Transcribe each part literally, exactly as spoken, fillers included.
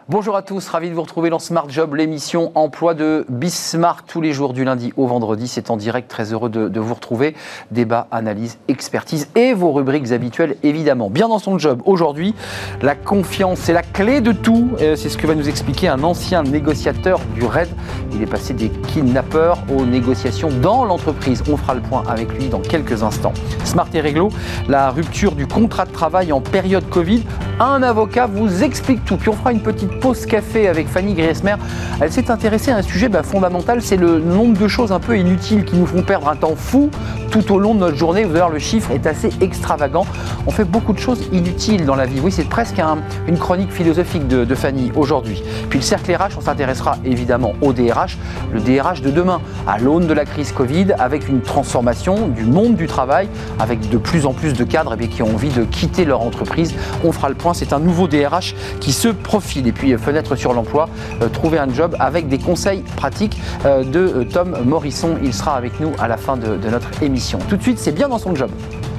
Bonjour à tous, ravi de vous retrouver dans Smart Job, l'émission emploi de Bismart tous les jours du lundi au vendredi. C'est en direct, très heureux de, de vous retrouver. Débat, analyse, expertise et vos rubriques habituelles évidemment. Bien dans son job, aujourd'hui, la confiance, c'est la clé de tout. Euh, c'est ce que va nous expliquer un ancien négociateur du R A I D. Il est passé des kidnappeurs aux négociations dans l'entreprise. On fera le point avec lui dans quelques instants. Smart et Réglo, la rupture du contrat de travail en période Covid. Un avocat vous explique tout. Puis on fera une petite pause café avec Fanny Griesmer. Elle s'est intéressée à un sujet bah, fondamental, c'est le nombre de choses un peu inutiles qui nous font perdre un temps fou tout au long de notre journée. Vous allez voir, le chiffre est assez extravagant. On fait beaucoup de choses inutiles dans la vie. Oui, c'est presque un, une chronique philosophique de, de Fanny aujourd'hui. Puis le cercle R H, on s'intéressera évidemment au D R H, le D R H de demain, à l'aune de la crise Covid, avec une transformation du monde du travail, avec de plus en plus de cadres eh bien, qui ont envie de quitter leur entreprise. On fera le point, c'est un nouveau D R H qui se profile. Et puis fenêtre sur l'emploi, euh, trouver un job avec des conseils pratiques euh, de euh, Tom Morisson. Il sera avec nous à la fin de, de notre émission. Tout de suite, c'est bien dans son job.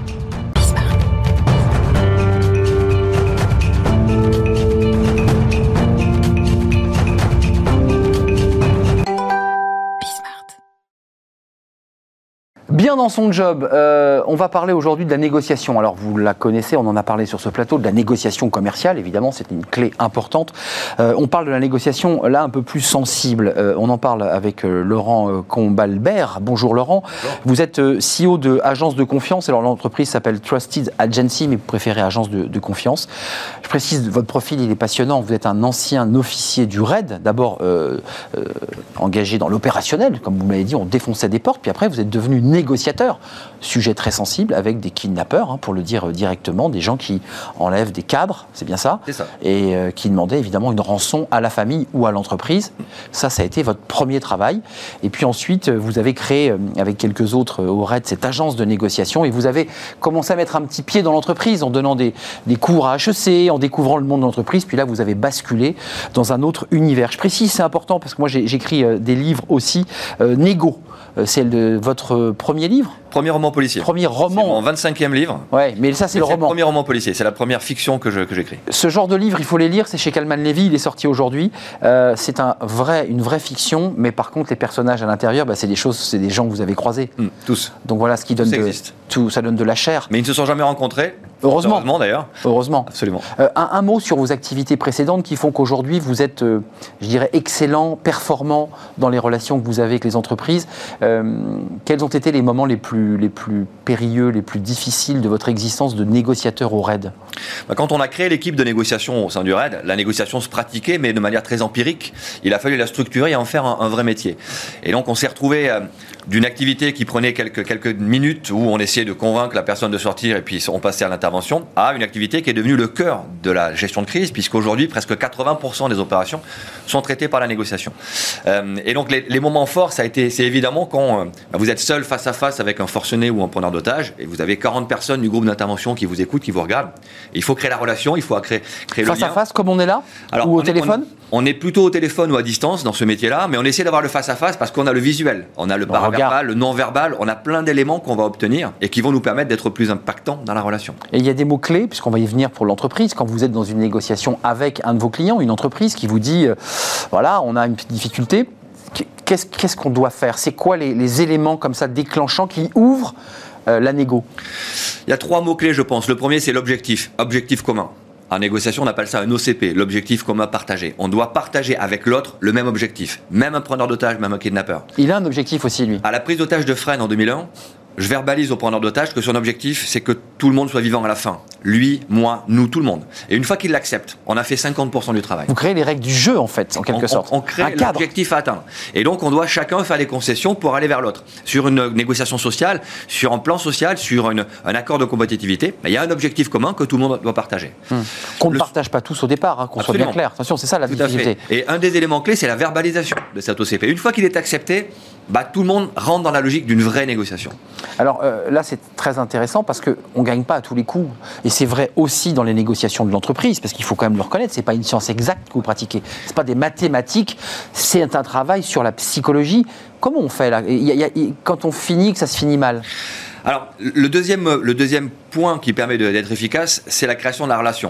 Bien dans son job, euh, on va parler aujourd'hui de la négociation. Alors vous la connaissez, on en a parlé sur ce plateau, de la négociation commerciale, évidemment, c'est une clé importante. Euh, on parle de la négociation là un peu plus sensible. Euh, on en parle avec euh, Laurent euh, Combalbert. Bonjour Laurent. Bonjour. Vous êtes euh, C E O de Agence de Confiance. Alors l'entreprise s'appelle Trusted Agency, mais vous préférez Agence de, de Confiance. Je précise, votre profil il est passionnant. Vous êtes un ancien officier du R A I D, d'abord euh, euh, engagé dans l'opérationnel, comme vous m'avez dit, on défonçait des portes, puis après vous êtes devenu négociateur. Négociateur, sujet très sensible avec des kidnappeurs, hein, pour le dire directement, des gens qui enlèvent des cadres, c'est bien ça, c'est ça. Et euh, qui demandaient évidemment une rançon à la famille ou à l'entreprise. Ça, ça a été votre premier travail. Et puis ensuite, vous avez créé, euh, avec quelques autres euh, au R A I D, cette agence de négociation et vous avez commencé à mettre un petit pied dans l'entreprise en donnant des, des cours à H E C, en découvrant le monde de l'entreprise. Puis là, vous avez basculé dans un autre univers. Je précise, c'est important parce que moi, j'ai, j'écris euh, des livres aussi, euh, Négo. C'est le, votre premier livre ? Premier roman policier. Premier roman. C'est mon vingt-cinquième livre. Ouais, mais ça, c'est mais le c'est roman. Le premier roman policier. C'est la première fiction que, je, que j'écris. Ce genre de livre, il faut les lire. C'est chez Calman Levy. Il est sorti aujourd'hui. Euh, c'est un vrai, une vraie fiction. Mais par contre, les personnages à l'intérieur, bah, c'est des choses, c'est des gens que vous avez croisés. Mmh, tous. Donc voilà ce qui donne tous de, existent. Tout, ça donne de la chair. Mais ils ne se sont jamais rencontrés. Heureusement. Heureusement d'ailleurs. Heureusement. Absolument. Euh, un, un mot sur vos activités précédentes qui font qu'aujourd'hui vous êtes, euh, je dirais, excellent, performant dans les relations que vous avez avec les entreprises. Euh, quels ont été les moments les plus, les plus périlleux, les plus difficiles de votre existence de négociateur au R A I D ? Quand on a créé l'équipe de négociation au sein du R A I D, la négociation se pratiquait, mais de manière très empirique. Il a fallu la structurer et en faire un, un vrai métier. Et donc on s'est retrouvé euh, d'une activité qui prenait quelques, quelques minutes où on essayait de convaincre la personne de sortir et puis on passait à l'intervention, à une activité qui est devenue le cœur de la gestion de crise, puisqu'aujourd'hui, presque quatre-vingts pour cent des opérations sont traitées par la négociation. Euh, et donc, les, les moments forts, ça a été, c'est évidemment quand euh, vous êtes seul face à face avec un forcené ou un preneur d'otage, et vous avez quarante personnes du groupe d'intervention qui vous écoutent, qui vous regardent. Et il faut créer la relation, il faut créer, créer le lien. Face à face, comme on est là ? Alors, ou au est, téléphone ? on, on est plutôt au téléphone ou à distance dans ce métier-là, mais on essaie d'avoir le face à face parce qu'on a le visuel, on a le paraverbal, le non-verbal, on a plein d'éléments qu'on va obtenir et qui vont nous permettre d'être plus impactants dans la relation. Et il y a des mots-clés, puisqu'on va y venir pour l'entreprise, quand vous êtes dans une négociation avec un de vos clients, une entreprise qui vous dit, euh, voilà, on a une petite difficulté, qu'est-ce, qu'est-ce qu'on doit faire ? C'est quoi les, les éléments comme ça déclenchants qui ouvrent euh, la négo ? Il y a trois mots-clés, je pense. Le premier, c'est l'objectif, objectif commun. En négociation, on appelle ça un O C P, l'objectif commun partagé. On doit partager avec l'autre le même objectif, même un preneur d'otage, même un kidnappeur. Il a un objectif aussi, lui. À la prise d'otage de Fresnes en deux mille un, je verbalise au preneur d'otage que son objectif, c'est que tout le monde soit vivant à la fin. Lui, moi, nous, tout le monde. Et une fois qu'il l'accepte, on a fait cinquante pour cent du travail. Vous créez les règles du jeu, en fait, en quelque on, sorte. On, on crée l'objectif à atteindre. Et donc, on doit chacun faire des concessions pour aller vers l'autre. Sur une négociation sociale, sur un plan social, sur une, un accord de compétitivité, il y a un objectif commun que tout le monde doit partager. Hum. Qu'on ne partage pas tous au départ, hein, qu'on Absolument. soit bien clair. Attention, c'est ça la tout difficulté. Et un des éléments clés, c'est la verbalisation de cet O C P. Une fois qu'il est accepté, bah, tout le monde rentre dans la logique d'une vraie négociation. Alors euh, là, c'est très intéressant parce qu'on ne gagne pas à tous les coups. Et c'est vrai aussi dans les négociations de l'entreprise, parce qu'il faut quand même le reconnaître, ce n'est pas une science exacte que vous pratiquez. Ce n'est pas des mathématiques, c'est un travail sur la psychologie. Comment on fait là ? il y a, il y a, quand on finit, que ça se finit mal ? Alors, le deuxième, le deuxième point qui permet de, d'être efficace, c'est la création de la relation.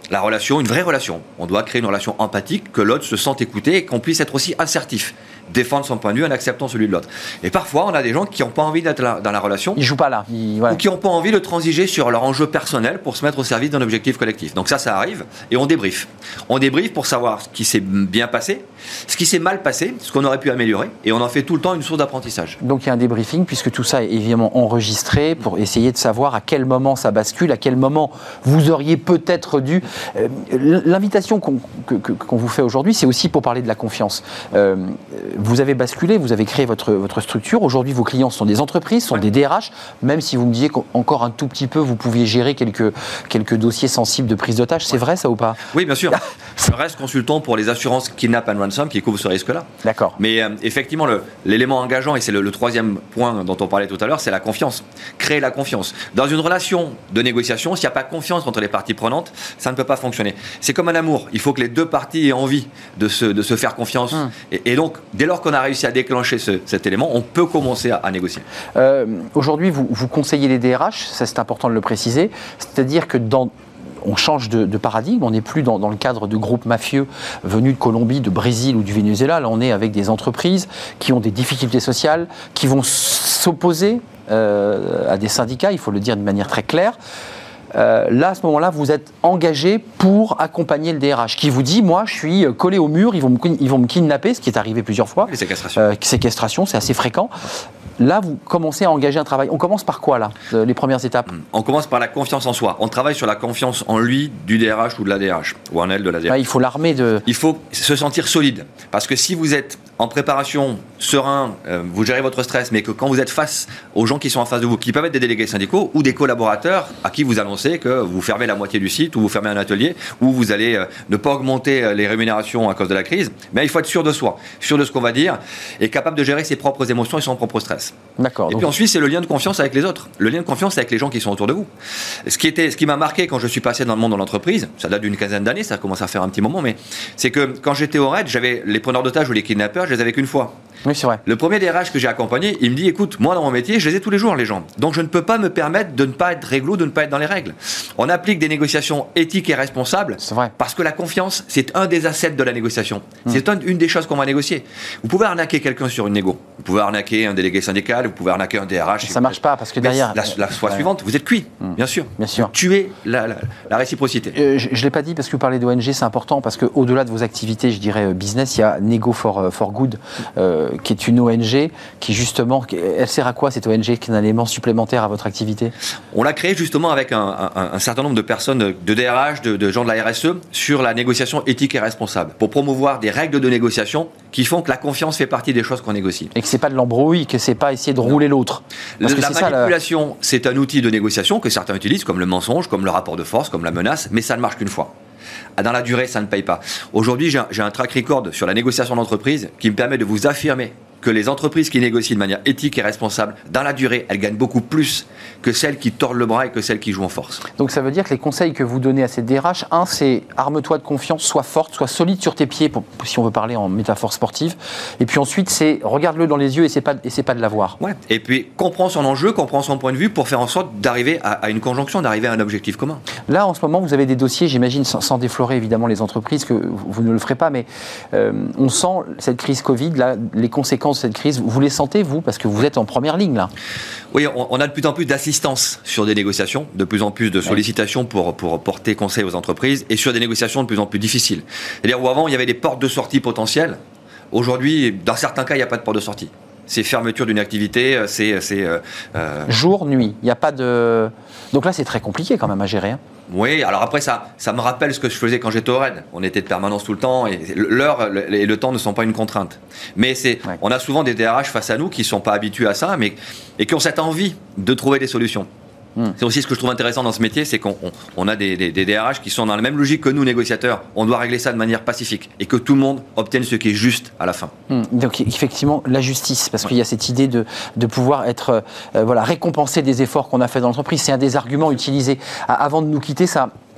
La relation, une vraie relation. On doit créer une relation empathique, que l'autre se sente écouté et qu'on puisse être aussi assertif. Défendre son point de vue en acceptant celui de l'autre. Et parfois, on a des gens qui n'ont pas envie d'être là, dans la relation. Ils jouent pas là. Ils, ouais. Ou qui n'ont pas envie de transiger sur leur enjeu personnel pour se mettre au service d'un objectif collectif. Donc ça, ça arrive et on débriefe. On débriefe pour savoir ce qui s'est bien passé, ce qui s'est mal passé, ce qu'on aurait pu améliorer. Et on en fait tout le temps une source d'apprentissage. Donc il y a un débriefing puisque tout ça est évidemment enregistré pour essayer de savoir à quel moment ça bascule, à quel moment vous auriez peut-être dû... Euh, l'invitation qu'on, que, que, qu'on vous fait aujourd'hui, c'est aussi pour parler de la confiance. Euh, vous avez basculé, vous avez créé votre, votre structure. Aujourd'hui, vos clients sont des entreprises, sont ouais. des D R H, même si vous me disiez qu'encore un tout petit peu, vous pouviez gérer quelques, quelques dossiers sensibles de prise d'otage. C'est ouais. vrai, ça ou pas? Oui, bien sûr. Je reste consultant pour les assurances Kidnap and Ransom qui couvrent ce risque-là. D'accord. Mais euh, effectivement, le, l'élément engageant, et c'est le, le troisième point dont on parlait tout à l'heure, c'est la confiance. Créer la confiance. Dans une relation de négociation, s'il n'y a pas confiance entre les parties prenantes, ça ne peut pas fonctionner. C'est comme un amour. Il faut que les deux parties aient envie de se, de se faire confiance. Hum. Et, et donc, dès lors qu'on a réussi à déclencher ce, cet élément, on peut commencer à, à négocier. Euh, aujourd'hui, vous, vous conseillez les D R H, ça c'est important de le préciser, c'est-à-dire que dans... on change de, de paradigme, on n'est plus dans, dans le cadre de groupes mafieux venus de Colombie, de Brésil ou du Venezuela. Là, on est avec des entreprises qui ont des difficultés sociales, qui vont s'opposer euh, à des syndicats, il faut le dire de manière très claire. Euh, là, à ce moment-là, vous êtes engagé pour accompagner le D R H qui vous dit, moi, je suis collé au mur, ils vont me, ils vont me kidnapper, ce qui est arrivé plusieurs fois. Les séquestrations. Euh, séquestration, c'est assez fréquent. Là, vous commencez à engager un travail. On commence par quoi, là, les premières étapes? On commence par la confiance en soi. On travaille sur la confiance en lui du D R H ou de la D R H, ou en elle de la D R H. Ouais, il faut l'armer de... Il faut se sentir solide. Parce que si vous êtes en préparation, serein, euh, vous gérez votre stress, mais que quand vous êtes face aux gens qui sont en face de vous, qui peuvent être des délégués syndicaux ou des collaborateurs à qui vous annoncez que vous fermez la moitié du site, ou vous fermez un atelier, ou vous allez euh, ne pas augmenter les rémunérations à cause de la crise, mais il faut être sûr de soi, sûr de ce qu'on va dire, et capable de gérer ses propres émotions et son propre stress. D'accord. Et donc... puis ensuite, c'est le lien de confiance avec les autres. Le lien de confiance avec les gens qui sont autour de vous. Ce qui, était, ce qui m'a marqué quand je suis passé dans le monde de l'entreprise, ça date d'une quinzaine d'années, ça commence à faire un petit moment, mais c'est que quand j'étais au R A I D, j'avais les preneurs d'otages ou les kidnappeurs, je les avais qu'une fois. Oui, c'est vrai. Le premier D R H que j'ai accompagné, il me dit, écoute, moi dans mon métier, je les ai tous les jours les gens. Donc je ne peux pas me permettre de ne pas être réglo, de ne pas être dans les règles. On applique des négociations éthiques et responsables. C'est vrai. Parce que la confiance, c'est un des assets de la négociation. Mmh. C'est un, une des choses qu'on va négocier. Vous pouvez arnaquer quelqu'un sur une négo. Vous pouvez arnaquer un délégué syndical, vous pouvez arnaquer un D R H. Ça ne marche pas parce que derrière... La, la fois ouais. suivante, vous êtes cuit, mmh. bien sûr. Bien sûr. Vous tuez la, la, la réciprocité. Euh, je ne l'ai pas dit parce que vous parlez d'O N G, c'est important parce qu'au-delà de vos activités, je dirais business, il y a Nego for, for Good, euh, qui est une O N G qui justement, elle sert à quoi cette O N G, qui est un élément supplémentaire à votre activité? On l'a créée justement avec un, un, un certain nombre de personnes, de D R H, de, de gens de la R S E, sur la négociation éthique et responsable, pour promouvoir des règles de négociation qui font que la confiance fait partie des choses qu'on négocie. Et que c'est pas de l'embrouille, que c'est pas essayer de rouler non. l'autre. Parce que la c'est manipulation, ça, la... c'est un outil de négociation que certains utilisent, comme le mensonge, comme le rapport de force, comme la menace, mais ça ne marche qu'une fois. Dans la durée, ça ne paye pas. Aujourd'hui, j'ai un, j'ai un track record sur la négociation d'entreprise qui me permet de vous affirmer que les entreprises qui négocient de manière éthique et responsable, dans la durée, elles gagnent beaucoup plus que celles qui tordent le bras et que celles qui jouent en force. Donc ça veut dire que les conseils que vous donnez à ces D R H, un, c'est arme-toi de confiance, sois forte, sois solide sur tes pieds, pour, si on veut parler en métaphore sportive. Et puis ensuite, c'est regarde-le dans les yeux et c'est pas, et c'est pas de l'avoir. Ouais. Et puis comprends son enjeu, comprends son point de vue pour faire en sorte d'arriver à, à une conjonction, d'arriver à un objectif commun. Là, en ce moment, vous avez des dossiers, j'imagine, sans, sans déflorer évidemment les entreprises, que vous ne le ferez pas, mais euh, on sent cette crise Covid, là, les conséquences de cette crise, vous les sentez, vous, parce que vous êtes en première ligne, là? Oui, on, on a de plus en plus d'assistance sur des négociations, de plus en plus de sollicitations pour, pour porter conseil aux entreprises, et sur des négociations de plus en plus difficiles. C'est-à-dire où avant, il y avait des portes de sortie potentielles. Aujourd'hui, dans certains cas, il n'y a pas de porte de sortie. C'est fermeture d'une activité, c'est... c'est euh, jour, nuit, il n'y a pas de... Donc là, c'est très compliqué quand même à gérer. Hein. Oui, alors après, ça, ça me rappelle ce que je faisais quand j'étais au R A I D. On était de permanence tout le temps, et l'heure et le temps ne sont pas une contrainte. Mais c'est, ouais. on a souvent des D R H face à nous qui ne sont pas habitués à ça, mais et qui ont cette envie de trouver des solutions. Mmh. C'est aussi ce que je trouve intéressant dans ce métier, c'est qu'on on, on a des, des, des D R H qui sont dans la même logique que nous, négociateurs. On doit régler ça de manière pacifique et que tout le monde obtienne ce qui est juste à la fin. Mmh. Donc effectivement, la justice, parce ouais. qu'il y a cette idée de, de pouvoir être, euh, voilà, récompenser des efforts qu'on a fait dans l'entreprise. C'est un des arguments utilisés. Avant de nous quitter, ça...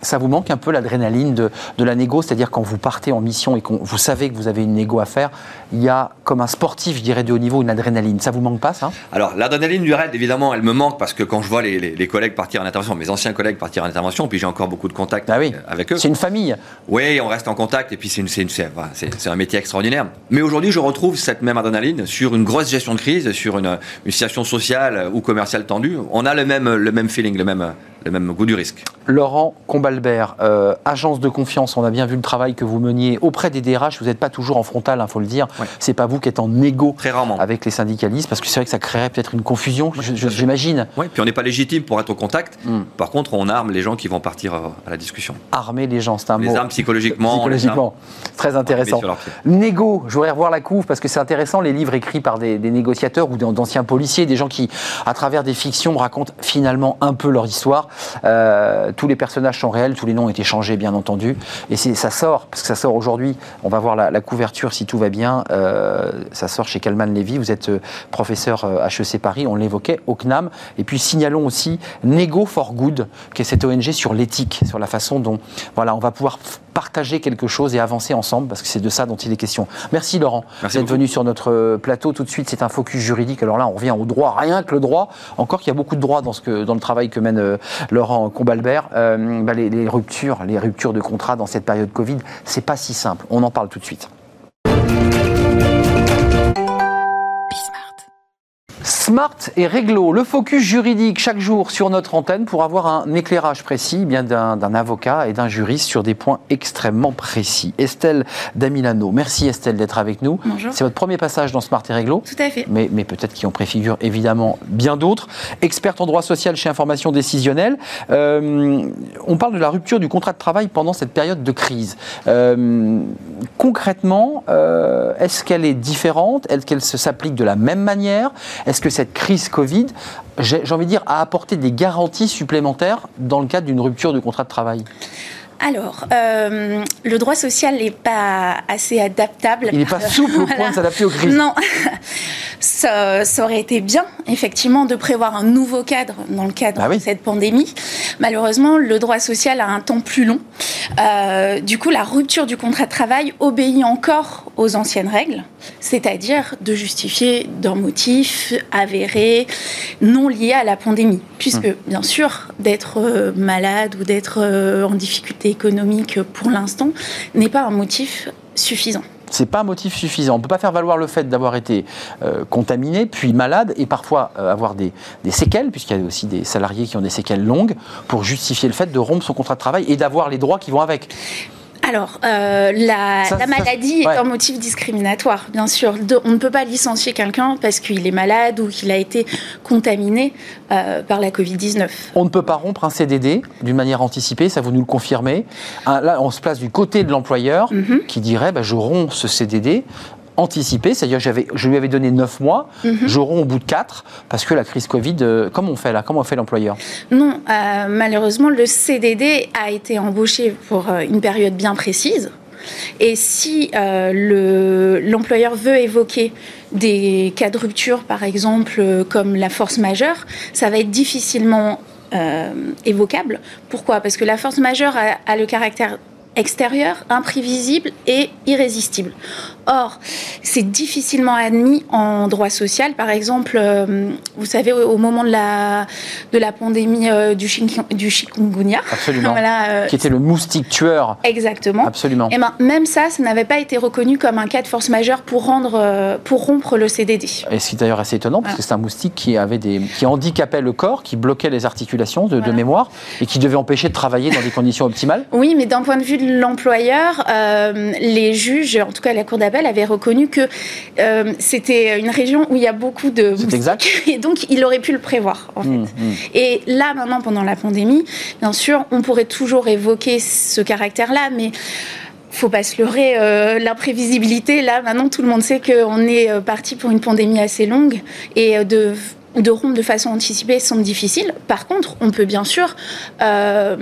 Ça vous manque un peu l'adrénaline de, de la négo, c'est-à-dire quand vous partez en mission et que vous savez que vous avez une négo à faire, il y a comme un sportif, je dirais, de haut niveau, une adrénaline. Ça vous manque pas, ça? Alors, l'adrénaline du raid, évidemment, elle me manque parce que quand je vois les, les, les collègues partir en intervention, mes anciens collègues partir en intervention, puis j'ai encore beaucoup de contacts ah oui. avec eux. C'est une famille. Oui, on reste en contact et puis c'est, une, c'est, une, c'est, c'est, c'est un métier extraordinaire. Mais aujourd'hui, je retrouve cette même adrénaline sur une grosse gestion de crise, sur une, une situation sociale ou commerciale tendue. On a le même, le même feeling, le même... le même goût du risque. Laurent Combalbert, euh, agence de confiance, on a bien vu le travail que vous meniez auprès des D R H, vous n'êtes pas toujours en frontal, il hein, faut le dire, ouais. C'est pas vous qui êtes en négo avec les syndicalistes, parce que c'est vrai que ça créerait peut-être une confusion, je, je, j'imagine. Oui, puis on n'est pas légitime pour être au contact, mm. Par contre on arme les gens qui vont partir à la discussion. Armer les gens, c'est un les mot. Les armes psychologiquement. Psychologiquement, très intéressant. Négo, je voudrais revoir la couve, parce que c'est intéressant, les livres écrits par des, des négociateurs ou d'anciens policiers, des gens qui, à travers des fictions, racontent finalement un peu leur histoire. Euh, tous les personnages sont réels, tous les noms ont été changés bien entendu, et c'est, ça sort, parce que ça sort aujourd'hui, on va voir la, la couverture si tout va bien, euh, ça sort chez Kalman Levy, vous êtes euh, professeur euh, H E C Paris, on l'évoquait, au C N A M, et puis signalons aussi Nego for Good, qui est cette O N G sur l'éthique, sur la façon dont voilà, on va pouvoir partager quelque chose et avancer ensemble, parce que c'est de ça dont il est question. Merci Laurent Merci d'être beaucoup. Venu sur notre plateau. Tout de suite, c'est un focus juridique. Alors là, on revient au droit, rien que le droit. Encore qu'il y a beaucoup de droit dans, ce que, dans le travail que mène euh, Laurent Combalbert. Euh, bah les, les ruptures, les ruptures de contrat dans cette période Covid, c'est pas si simple. On en parle tout de suite. Smart et Réglo, le focus juridique chaque jour sur notre antenne pour avoir un éclairage précis bien d'un, d'un avocat et d'un juriste sur des points extrêmement précis. Estelle Damilano, merci Estelle d'être avec nous. Bonjour. C'est votre premier passage dans Smart et Réglo. Tout à fait. Mais, mais peut-être qui en préfigure évidemment bien d'autres. Experte en droit social chez Information Décisionnelle. Euh, on parle de la rupture du contrat de travail pendant cette période de crise. Euh, concrètement, euh, est-ce qu'elle est différente? Est-ce qu'elle se, s'applique de la même manière? Est-ce que cette crise Covid, j'ai, j'ai envie de dire, a apporté des garanties supplémentaires dans le cadre d'une rupture de contrat de travail? Alors, euh, le droit social n'est pas assez adaptable. Il n'est pas souple au voilà. point de s'adapter aux crises. Non, ça, ça aurait été bien, effectivement, de prévoir un nouveau cadre dans le cadre ah oui. de cette pandémie. Malheureusement, le droit social a un temps plus long. Euh, du coup, la rupture du contrat de travail obéit encore aux anciennes règles, c'est-à-dire de justifier d'un motif avéré, non lié à la pandémie. Puisque, hum. bien sûr, d'être euh, malade ou d'être euh, en difficulté économique pour l'instant n'est pas un motif suffisant. C'est pas un motif suffisant. On ne peut pas faire valoir le fait d'avoir été euh, contaminé, puis malade, et parfois euh, avoir des, des séquelles, puisqu'il y a aussi des salariés qui ont des séquelles longues, pour justifier le fait de rompre son contrat de travail et d'avoir les droits qui vont avec. Alors, euh, la, ça, la maladie ça, ouais. est un motif discriminatoire, bien sûr. De, on ne peut pas licencier quelqu'un parce qu'il est malade ou qu'il a été contaminé euh, par la covid dix-neuf. On ne peut pas rompre un C D D d'une manière anticipée, ça vous nous le confirmez. Un, là, on se place du côté de l'employeur mm-hmm. qui dirait bah, « je romps ce C D D ». Anticipé, c'est-à-dire que j'avais, je lui avais donné neuf mois, mm-hmm. je romps au bout de quatre, parce que la crise Covid, euh, comment on fait là? Comment on fait l'employeur? Non, euh, malheureusement, le C D D a été embauché pour euh, une période bien précise. Et si euh, le, l'employeur veut évoquer des cas de rupture, par exemple, euh, comme la force majeure, ça va être difficilement euh, évocable. Pourquoi? Parce que la force majeure a, a le caractère extérieur, imprévisible et irrésistible. Or, c'est difficilement admis en droit social. Par exemple, euh, vous savez, au, au moment de la, de la pandémie euh, du, chik, du chikungunya. Absolument. Voilà, euh, qui était le moustique tueur. Exactement. Absolument. Et ben, même ça, ça n'avait pas été reconnu comme un cas de force majeure pour, rendre, euh, pour rompre le C D D. Et ce qui est d'ailleurs assez étonnant, parce voilà. que c'est un moustique qui, avait des, qui handicapait le corps, qui bloquait les articulations de, voilà. de mémoire, et qui devait empêcher de travailler dans des conditions optimales. Oui, mais d'un point de vue de l'employeur, euh, les juges, en tout cas la Cour d'appel, avaient reconnu que euh, c'était une région où il y a beaucoup de c'est exact. Et donc il aurait pu le prévoir en fait. Mmh, mmh. Et là maintenant pendant la pandémie, bien sûr, on pourrait toujours évoquer ce caractère-là, mais faut pas se leurrer, euh, l'imprévisibilité, là maintenant tout le monde sait qu'on est parti pour une pandémie assez longue et de de rompre de façon anticipée semble difficile. Par contre, on peut bien sûr euh,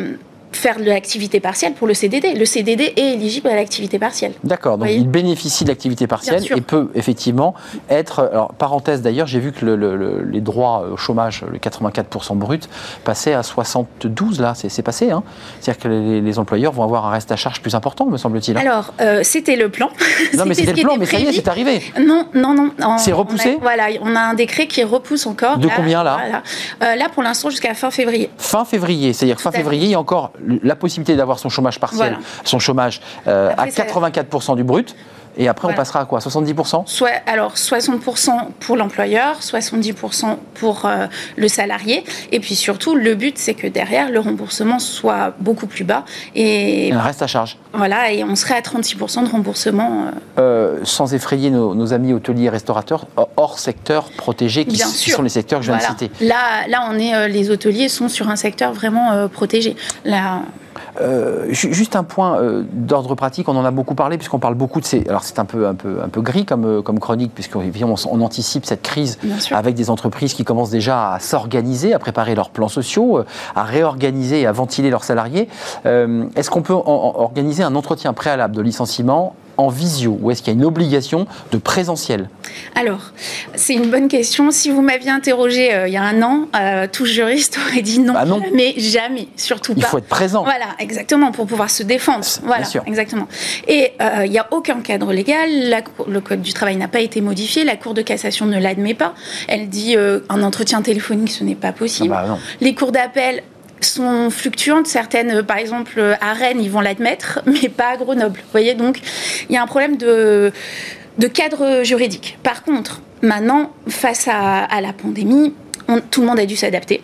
faire de l'activité partielle pour le C D D. Le C D D est éligible à l'activité partielle. D'accord, donc il bénéficie de l'activité partielle et peut effectivement être... Alors, parenthèse d'ailleurs, j'ai vu que le, le, les droits au chômage, le quatre-vingt-quatre pour cent brut, passaient à soixante-douze, là, c'est passé. Hein. C'est-à-dire que les, les employeurs vont avoir un reste à charge plus important, me semble-t-il. Hein. Alors, euh, c'était le plan. Non, mais c'était le plan, mais ça y est, c'est arrivé. Non, non, non. C'est repoussé. On a, Voilà, on a un décret qui repousse encore. De là, combien, là voilà. euh, Là, pour l'instant, jusqu'à fin février. Fin février, c'est-à-dire fin février, il y a encore la possibilité d'avoir son chômage partiel, voilà. son chômage euh, après, à quatre-vingt-quatre pour cent du brut. Et après, voilà. on passera à quoi, soixante-dix pour cent? Soit, alors, soixante pour cent pour l'employeur, soixante-dix pour cent pour euh, le salarié. Et puis surtout, le but, c'est que derrière, le remboursement soit beaucoup plus bas. Et un reste à charge. Voilà, et on serait à trente-six pour cent de remboursement. Euh... Euh, sans effrayer nos, nos amis hôteliers et restaurateurs, hors secteur protégé, qui, qui sont les secteurs que je viens voilà. de citer. Là, là on est, euh, les hôteliers sont sur un secteur vraiment euh, protégé. Là... Euh, juste un point euh, d'ordre pratique, on en a beaucoup parlé puisqu'on parle beaucoup de ces... Alors c'est un peu, un peu, un peu gris comme, comme chronique puisqu'on on anticipe cette crise avec des entreprises qui commencent déjà à s'organiser, à préparer leurs plans sociaux, à réorganiser et à ventiler leurs salariés. Euh, Est-ce qu'on peut en, en organiser un entretien préalable de licenciement en visio ou est-ce qu'il y a une obligation de présentiel? Alors, c'est une bonne question. Si vous m'aviez interrogé euh, il y a un an, euh, tout juriste aurait dit non, bah non. mais jamais, surtout pas. Il faut être présent. Voilà, exactement, pour pouvoir se défendre. Voilà, bien sûr. Exactement. Et euh, il n'y a aucun cadre légal. La, le Code du travail n'a pas été modifié. La Cour de cassation ne l'admet pas. Elle dit euh, un entretien téléphonique, ce n'est pas possible. Ah bah non. Les cours d'appel sont fluctuantes. Certaines, par exemple, à Rennes, ils vont l'admettre, mais pas à Grenoble. Vous voyez, donc, il y a un problème de, de cadre juridique. Par contre, maintenant, face à, à la pandémie, on, tout le monde a dû s'adapter.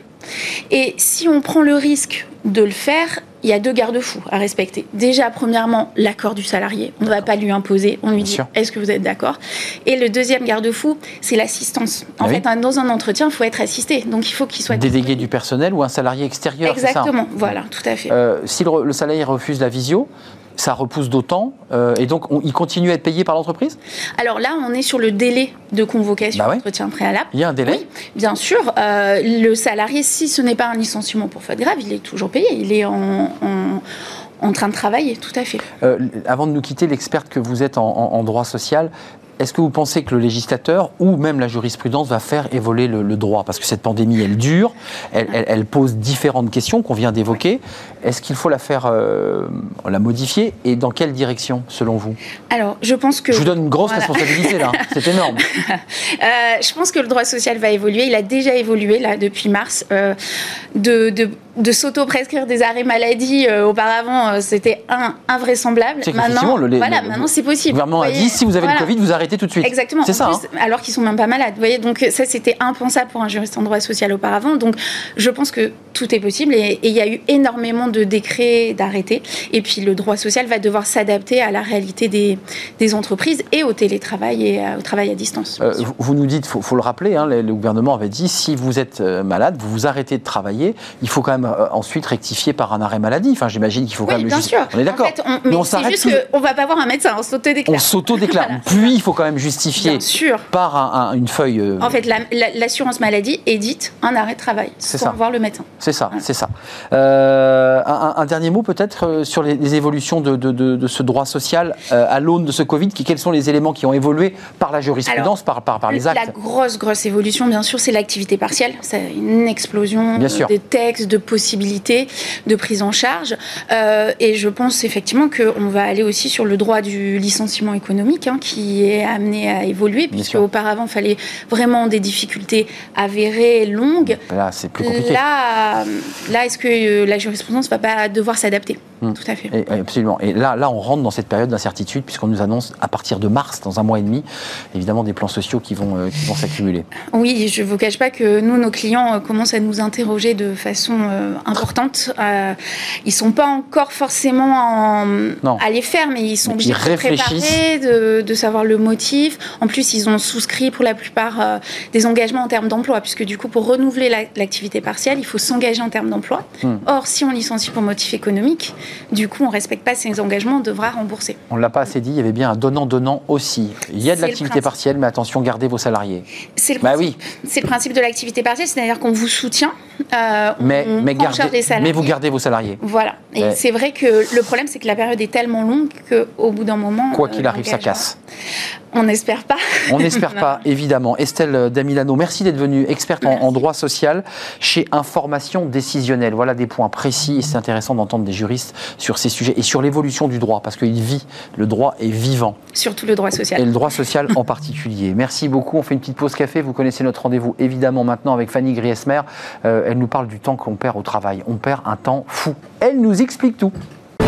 Et si on prend le risque de le faire, il y a deux garde-fous à respecter. Déjà, premièrement, l'accord du salarié. On ne va pas lui imposer. On lui dit, est-ce que vous êtes d'accord? Et le deuxième garde-fou, c'est l'assistance. En ah fait, oui. dans un entretien, il faut être assisté. Donc, il faut qu'il soit... Délégué disponible. Du personnel ou un salarié extérieur, exactement, voilà, tout à fait. Euh, si le, le salarié refuse la visio, ça repousse d'autant, euh, et donc on, il continue à être payé par l'entreprise? Alors là, on est sur le délai de convocation bah ouais. entretien préalable. Il y a un délai? Oui, bien sûr. Euh, le salarié, si ce n'est pas un licenciement pour faute grave, il est toujours payé. Il est en, en, en train de travailler, tout à fait. Euh, avant de nous quitter, l'experte que vous êtes en, en, en droit social, est-ce que vous pensez que le législateur ou même la jurisprudence va faire évoluer le, le droit? Parce que cette pandémie, elle dure, elle, elle, elle pose différentes questions qu'on vient d'évoquer. Est-ce qu'il faut la faire, euh, la modifier et dans quelle direction, selon vous? Alors, je pense que... Je vous donne une grosse voilà. responsabilité, là. C'est énorme. euh, je pense que le droit social va évoluer. Il a déjà évolué, là, depuis mars. Euh, de... de de s'auto-prescrire des arrêts maladie, euh, auparavant, euh, c'était un, invraisemblable. Maintenant, le, le, voilà, le, maintenant c'est possible. Le gouvernement a dit, si vous avez voilà. le Covid, vous arrêtez tout de suite. Exactement. C'est ça. Plus, hein. Alors qu'ils sont même pas malades. Vous voyez, donc ça, c'était impensable pour un juriste en droit social auparavant. Donc, je pense que tout est possible et il y a eu énormément de décrets, d'arrêtés. Et puis, le droit social va devoir s'adapter à la réalité des, des entreprises et au télétravail et à, au travail à distance. Euh, vous, vous nous dites, il faut, faut le rappeler, hein, le, le gouvernement avait dit, si vous êtes malade, vous vous arrêtez de travailler, il faut quand même euh, ensuite rectifier par un arrêt maladie. Enfin, j'imagine qu'il faut oui, quand même... bien juste... sûr. On est d'accord. En fait, on... Mais, mais c'est juste tout... qu'on ne va pas voir un médecin, on s'autodéclare. On s'autodéclare. Voilà. Puis, il faut quand même justifier bien sûr. Par un, un, une feuille... Euh... En fait, la, la, l'assurance maladie édite un arrêt de travail c'est pour ça. voir le médecin. C'est ça, voilà. c'est ça. Euh, un, un dernier mot peut-être euh, sur les, les évolutions de, de, de, de ce droit social euh, à l'aune de ce Covid. Qui, quels sont les éléments qui ont évolué par la jurisprudence, Alors, par, par, par les actes? La grosse, grosse évolution, bien sûr, c'est l'activité partielle. C'est une explosion de textes, de possibilités, de prise en charge. Euh, et je pense effectivement qu'on va aller aussi sur le droit du licenciement économique hein, qui est amené à évoluer, puisque auparavant, il fallait vraiment des difficultés avérées, longues. Là, c'est plus compliqué. Là, là est-ce que la jurisprudence ne va pas devoir s'adapter? Mmh. Tout à fait. Et, absolument. Et là, là, on rentre dans cette période d'incertitude, puisqu'on nous annonce à partir de mars, dans un mois et demi, évidemment des plans sociaux qui vont, euh, qui vont s'accumuler. Oui, je ne vous cache pas que nous, nos clients euh, commencent à nous interroger de façon euh, importante. Euh, ils ne sont pas encore forcément en, à les faire, mais ils sont obligés de se préparer, de, de savoir le motif. En plus, ils ont souscrit pour la plupart euh, des engagements en termes d'emploi, puisque du coup, pour renouveler la, l'activité partielle, il faut s'engager en termes d'emploi. Hum. Or, si on licencie pour motif économique, du coup, on ne respecte pas ces engagements, on devra rembourser. On ne l'a pas assez dit, il y avait bien un donnant-donnant aussi. Il y a de c'est l'activité partielle, mais attention, gardez vos salariés. C'est le, bah principe, oui. c'est le principe de l'activité partielle, c'est-à-dire qu'on vous soutient Euh, mais, on mais, prend en charge gardez, les salariés. mais vous gardez vos salariés. Voilà. Et ouais. c'est vrai que le problème, c'est que la période est tellement longue qu'au bout d'un moment... Quoi qu'il euh, arrive, ça casse. On n'espère pas. On n'espère pas, évidemment. Estelle Damilano, merci d'être venue experte en, en droit social chez Information Décisionnelle. Voilà des points précis et c'est intéressant d'entendre des juristes sur ces sujets et sur l'évolution du droit parce qu'il vit, le droit est vivant. Surtout le droit social. Et le droit social en particulier. Merci beaucoup. On fait une petite pause café. Vous connaissez notre rendez-vous évidemment maintenant avec Fanny Griesmer. Euh, elle nous parle du temps qu'on perd au travail. On perd un temps fou. Elle nous explique tout.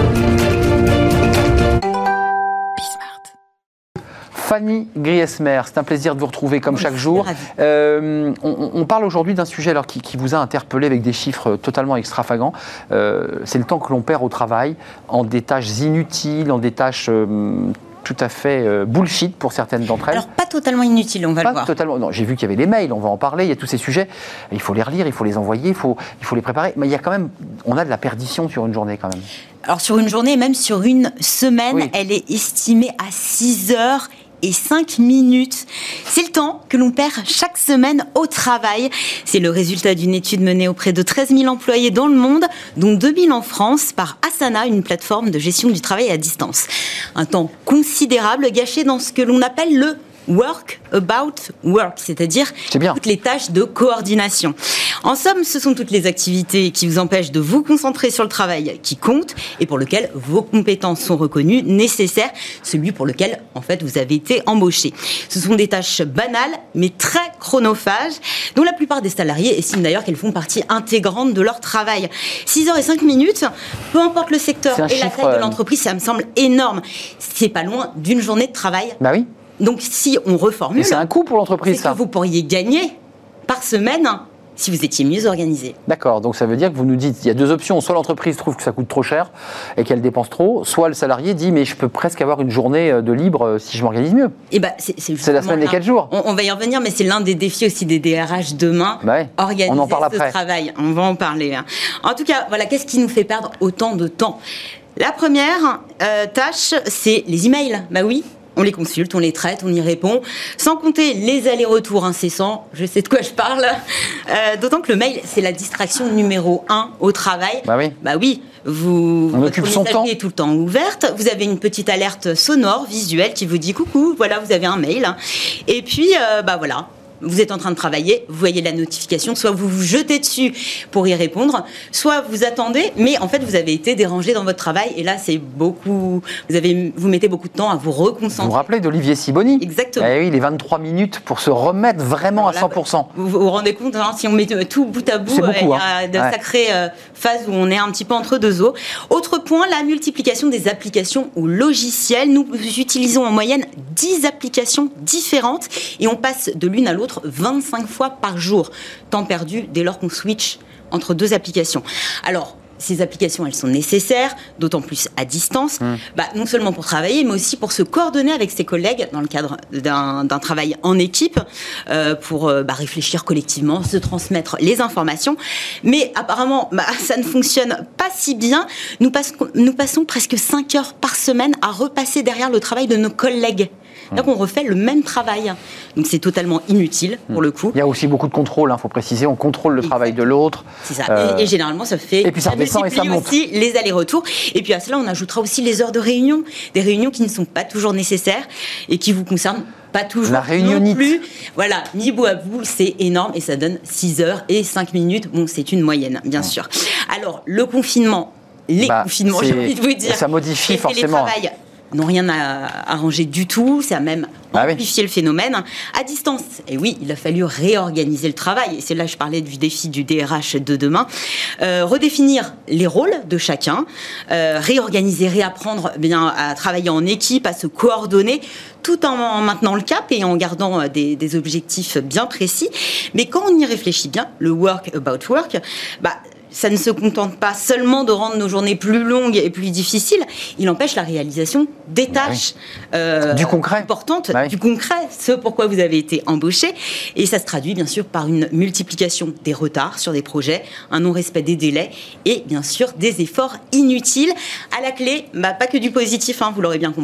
Fanny Griesmer, c'est un plaisir de vous retrouver comme oui, chaque jour. Euh, on, on parle aujourd'hui d'un sujet alors, qui, qui vous a interpellé avec des chiffres totalement extravagants. Euh, c'est le temps que l'on perd au travail en des tâches inutiles, en des tâches euh, tout à fait euh, bullshit pour certaines d'entre elles. Alors pas totalement inutiles, on va pas le voir. Totalement, non, j'ai vu qu'il y avait les mails, on va en parler, il y a tous ces sujets. Il faut les relire, il faut les envoyer, il faut, il faut les préparer. Mais il y a quand même, on a de la perdition sur une journée quand même. Alors sur une journée, même sur une semaine, oui. Elle est estimée à six heures et cinq minutes. C'est le temps que l'on perd chaque semaine au travail. C'est le résultat d'une étude menée auprès de treize mille employés dans le monde, dont deux mille en France, par Asana, une plateforme de gestion du travail à distance. Un temps considérable gâché dans ce que l'on appelle le work about work, c'est-à-dire toutes les tâches de coordination. En somme, ce sont toutes les activités qui vous empêchent de vous concentrer sur le travail qui compte et pour lequel vos compétences sont reconnues, nécessaires, celui pour lequel, en fait, vous avez été embauché. Ce sont des tâches banales, mais très chronophages, dont la plupart des salariés estiment d'ailleurs qu'elles font partie intégrante de leur travail. six heures et cinq minutes, peu importe le secteur et la taille de l'entreprise, ça me semble énorme. C'est pas loin d'une journée de travail. Bah oui. Donc, si on reformule... Et c'est un coût pour l'entreprise, c'est ça. que vous pourriez gagner par semaine si vous étiez mieux organisé. D'accord, donc ça veut dire que vous nous dites, il y a deux options. Soit l'entreprise trouve que ça coûte trop cher et qu'elle dépense trop, soit le salarié dit, mais je peux presque avoir une journée de libre si je m'organise mieux. Et bah, c'est, c'est, c'est la semaine des quatre jours. On, on va y revenir, mais c'est l'un des défis aussi des D R H demain. Bah ouais, organiser on en parle ce après. travail. On va en parler. Hein. En tout cas, voilà, qu'est-ce qui nous fait perdre autant de temps ? La première euh, tâche, c'est les emails. Bah oui. On les consulte, on les traite, on y répond, sans compter les allers-retours incessants, je sais de quoi je parle, euh, d'autant que le mail, c'est la distraction numéro un au travail. Bah oui. Bah oui, vous, on occupe son temps. Est tout le temps ouverte, vous avez une petite alerte sonore, visuelle, qui vous dit « Coucou, voilà, vous avez un mail ». Et puis, euh, bah voilà. Vous êtes en train de travailler, vous voyez la notification, soit vous vous jetez dessus pour y répondre, soit vous attendez, mais en fait vous avez été dérangé dans votre travail et là c'est beaucoup, vous avez, vous mettez beaucoup de temps à vous reconcentrer. Vous vous rappelez d'Olivier Sibony ? Exactement. Eh oui, les vingt-trois minutes pour se remettre vraiment alors à cent pour cent. Là, vous vous rendez compte, hein, si on met tout bout à bout, c'est beaucoup, il y a hein. de ouais. sacrées euh, phases où on est un petit peu entre deux eaux. Autre point, la multiplication des applications ou logiciels. Nous utilisons en moyenne dix applications différentes et on passe de l'une à l'autre vingt-cinq fois par jour. Temps perdu dès lors qu'on switch entre deux applications. Alors, ces applications, elles sont nécessaires, d'autant plus à distance, mmh. bah, non seulement pour travailler, mais aussi pour se coordonner avec ses collègues dans le cadre d'un, d'un travail en équipe, euh, pour euh, bah, réfléchir collectivement, se transmettre les informations. Mais apparemment, bah, ça ne fonctionne pas si bien. Nous, passe, nous passons presque cinq heures par semaine à repasser derrière le travail de nos collègues. Donc on refait le même travail. Donc c'est totalement inutile pour le coup. Il y a aussi beaucoup de contrôle, il hein, faut préciser. On contrôle le travail de l'autre. C'est ça. Euh... Et, et généralement ça fait. Et puis ça redescend et ça monte. Aussi les allers-retours. Et puis à cela on ajoutera aussi les heures de réunion, des réunions qui ne sont pas toujours nécessaires et qui vous concernent pas toujours. La réunionnite. Non plus. Voilà, mis bout à bout, c'est énorme et ça donne six heures et cinq minutes. Bon, c'est une moyenne, bien ouais. sûr. Alors le confinement, les bah, confinements, j'ai envie de vous dire. Ça modifie et forcément. N'ont rien à arranger du tout, ça a même ah amplifié oui. le phénomène. À distance, et oui, il a fallu réorganiser le travail, et c'est là que je parlais du défi du D R H de demain, euh, redéfinir les rôles de chacun, euh, réorganiser, réapprendre bien à travailler en équipe, à se coordonner, tout en maintenant le cap et en gardant des, des objectifs bien précis. Mais quand on y réfléchit bien, le work about work, bah, ça ne se contente pas seulement de rendre nos journées plus longues et plus difficiles, il empêche la réalisation des tâches oui. euh, du concret. importantes, oui. du concret, ce pourquoi vous avez été embauché. Et ça se traduit bien sûr par une multiplication des retards sur des projets, un non-respect des délais et bien sûr des efforts inutiles. À la clé, bah, pas que du positif, hein, vous l'aurez bien compris,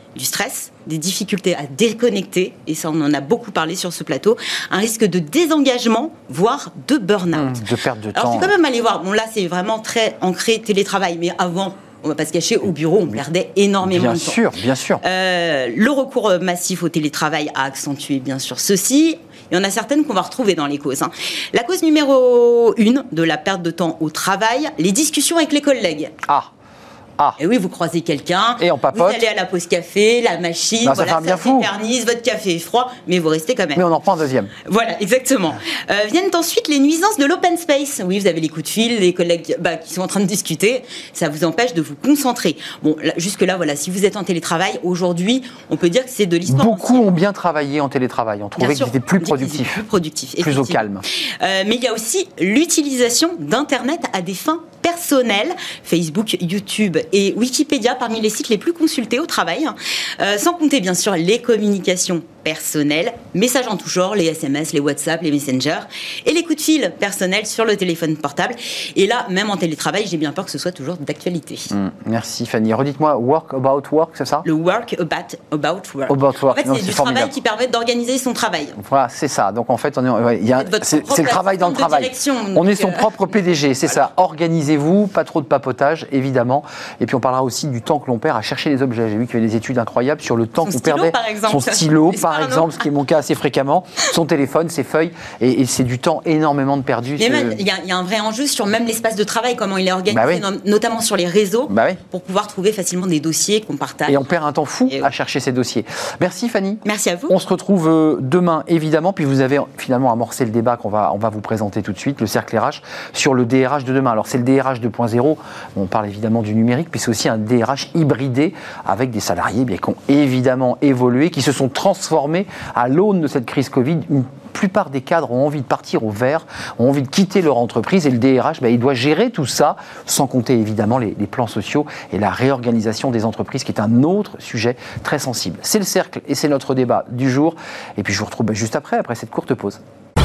du stress, des difficultés à déconnecter, et ça on en a beaucoup parlé sur ce plateau, un risque de désengagement, voire de burn-out. Mmh, de perte de Alors, temps. je vais quand même aller voir, bon là c'est vraiment très ancré télétravail, mais avant, on ne va pas se cacher, au bureau on perdait énormément bien de temps. Bien sûr, bien sûr. Euh, le recours massif au télétravail a accentué bien sûr ceci. Il y en a certaines qu'on va retrouver dans les causes. Hein. La cause numéro une de la perte de temps au travail, les discussions avec les collègues. Ah Ah. Et oui, vous croisez quelqu'un, et on papote. Vous allez à la pause café, la machine, non, ça, voilà, fait un bien ça fou. s'éternise, votre café est froid, mais vous restez quand même. Mais on en prend un deuxième. Voilà, exactement. Euh, viennent ensuite les nuisances de l'open space. Oui, vous avez les coups de fil, les collègues bah, qui sont en train de discuter, ça vous empêche de vous concentrer. Bon, là, jusque-là, voilà, si vous êtes en télétravail, aujourd'hui, on peut dire que c'est de l'histoire. Beaucoup ont bien travaillé en télétravail, on trouvait qu'ils étaient plus productifs. Plus productifs, plus au calme. Euh, mais il y a aussi l'utilisation d'Internet à des fins personnelles. Facebook, YouTube et Wikipédia parmi les sites les plus consultés au travail. Euh, sans compter bien sûr les communications personnelles, messages en tout genre, les S M S, les WhatsApp, les Messenger et les coups de fil personnels sur le téléphone portable. Et là, même en télétravail, j'ai bien peur que ce soit toujours d'actualité. Mmh, merci Fanny. Redites-moi, work about work, c'est ça ? Le work about, about work. About work. En fait, non, c'est, c'est du formidable. travail qui permet d'organiser son travail. Voilà, c'est ça. Donc en fait, on est, ouais, il y a, c'est, c'est le travail dans le travail. Direction, on est son euh... propre P D G, c'est voilà. Ça. Organisez-vous, pas trop de papotage, évidemment. Et puis on parlera aussi du temps que l'on perd à chercher les objets. J'ai vu qu'il y avait des études incroyables sur le temps son qu'on stylo, perdait. Par exemple, son stylo, par exemple, ce qui est mon cas assez fréquemment, son téléphone, ses feuilles, et, et c'est du temps énormément de perdu. Mais même, il y, y a un vrai enjeu sur même l'espace de travail, comment il est organisé, bah oui. no- notamment sur les réseaux, bah oui. pour pouvoir trouver facilement des dossiers qu'on partage. Et on perd un temps fou et à oui. chercher ces dossiers. Merci Fanny. Merci à vous. On se retrouve demain, évidemment, puis vous avez finalement amorcé le débat qu'on va, on va vous présenter tout de suite, le cercle R H, sur le D R H de demain. Alors c'est le D R H deux point zéro, on parle évidemment du numérique, puis c'est aussi un D R H hybridé avec des salariés bien, qui ont évidemment évolué, qui se sont transformés à l'aune de cette crise Covid. Une plupart des cadres ont envie de partir au vert, ont envie de quitter leur entreprise, et le D R H, ben, il doit gérer tout ça, sans compter évidemment les, les plans sociaux et la réorganisation des entreprises, qui est un autre sujet très sensible. C'est le cercle et c'est notre débat du jour. Et puis je vous retrouve ben, juste après, après cette courte pause.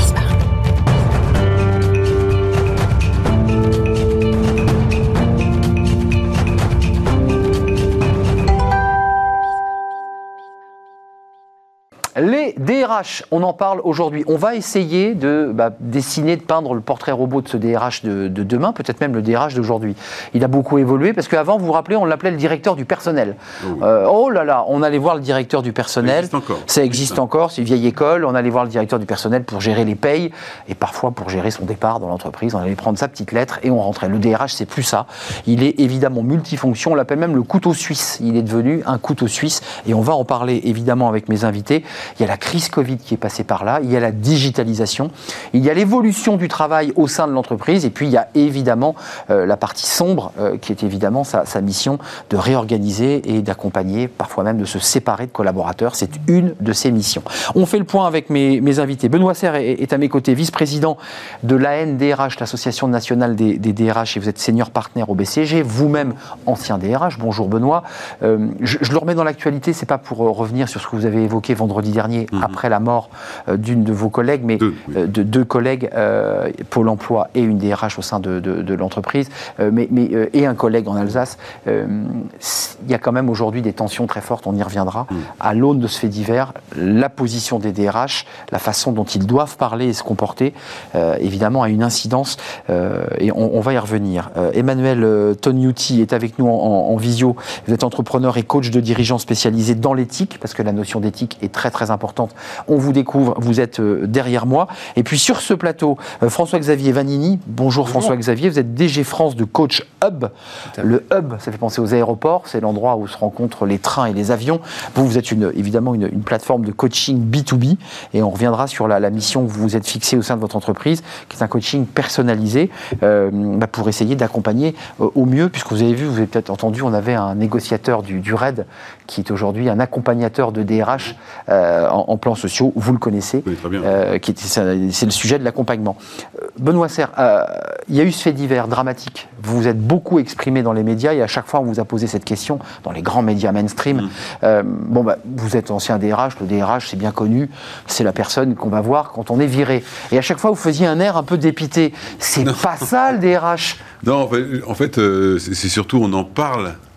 Les D R H, on en parle aujourd'hui. On va essayer de bah, dessiner, de peindre le portrait robot de ce D R H de, de demain, peut-être même le D R H d'aujourd'hui. Il a beaucoup évolué parce qu'avant, vous vous rappelez, on l'appelait le directeur du personnel. Oh, oui. euh, oh là là, on allait voir le directeur du personnel. Ça existe encore. Ça existe encore, c'est une vieille école. On allait voir le directeur du personnel pour gérer les payes et parfois pour gérer son départ dans l'entreprise. On allait prendre sa petite lettre et on rentrait. Le D R H, c'est plus ça. Il est évidemment multifonction. On l'appelle même le couteau suisse. Il est devenu un couteau suisse et on va en parler évidemment avec mes invités. Il y a la crise Covid qui est passée par là, il y a la digitalisation, il y a l'évolution du travail au sein de l'entreprise et puis il y a évidemment euh, la partie sombre euh, qui est évidemment sa, sa mission de réorganiser et d'accompagner, parfois même de se séparer de collaborateurs. C'est une de ses missions. On fait le point avec mes, mes invités. Benoît Serre est, est à mes côtés, vice-président de l'A N D R H, l'Association nationale des, des D R H, et vous êtes senior partenaire au B C G, vous-même ancien D R H. Bonjour Benoît. Euh, je, je le remets dans l'actualité, c'est pas pour euh, revenir sur ce que vous avez évoqué vendredi dernier, Mmh. après la mort euh, d'une de vos collègues, mais deux, oui. euh, de deux collègues, euh, Pôle emploi et une D R H au sein de, de, de l'entreprise, euh, mais, mais, euh, et un collègue en Alsace. Euh, il y a quand même aujourd'hui des tensions très fortes, on y reviendra, mmh. à l'aune de ce fait divers, la position des D R H, la façon dont ils doivent parler et se comporter, euh, évidemment, a une incidence, euh, et on, on va y revenir. Euh, Emmanuel euh, Tognuti est avec nous en, en, en visio. Vous êtes entrepreneur et coach de dirigeants spécialisé dans l'éthique, parce que la notion d'éthique est très très importante. On vous découvre, vous êtes derrière moi. Et puis sur ce plateau, François-Xavier Vanini. Bonjour, Bonjour. François-Xavier, vous êtes D G France de Coach Hub. Le Hub, ça fait penser aux aéroports, c'est l'endroit où se rencontrent les trains et les avions. Vous, vous êtes une, évidemment une, une plateforme de coaching B deux B et on reviendra sur la, la mission que vous vous êtes fixée au sein de votre entreprise, qui est un coaching personnalisé euh, bah pour essayer d'accompagner euh, au mieux, puisque vous avez vu, vous avez peut-être entendu, on avait un négociateur du, du R A I D qui est aujourd'hui un accompagnateur de D R H euh, en, en plans sociaux, vous le connaissez, oui, très bien. Euh, qui est, c'est le sujet de l'accompagnement. Benoît Serre, euh, il y a eu ce fait divers dramatique. Vous vous êtes beaucoup exprimé dans les médias et à chaque fois on vous a posé cette question dans les grands médias mainstream. Mmh. Euh, bon, bah, vous êtes ancien D R H, le D R H c'est bien connu, c'est la personne qu'on va voir quand on est viré. Et à chaque fois vous faisiez un air un peu dépité. C'est non. pas ça le D R H. Non, en fait, en fait euh, c'est, c'est surtout on en parle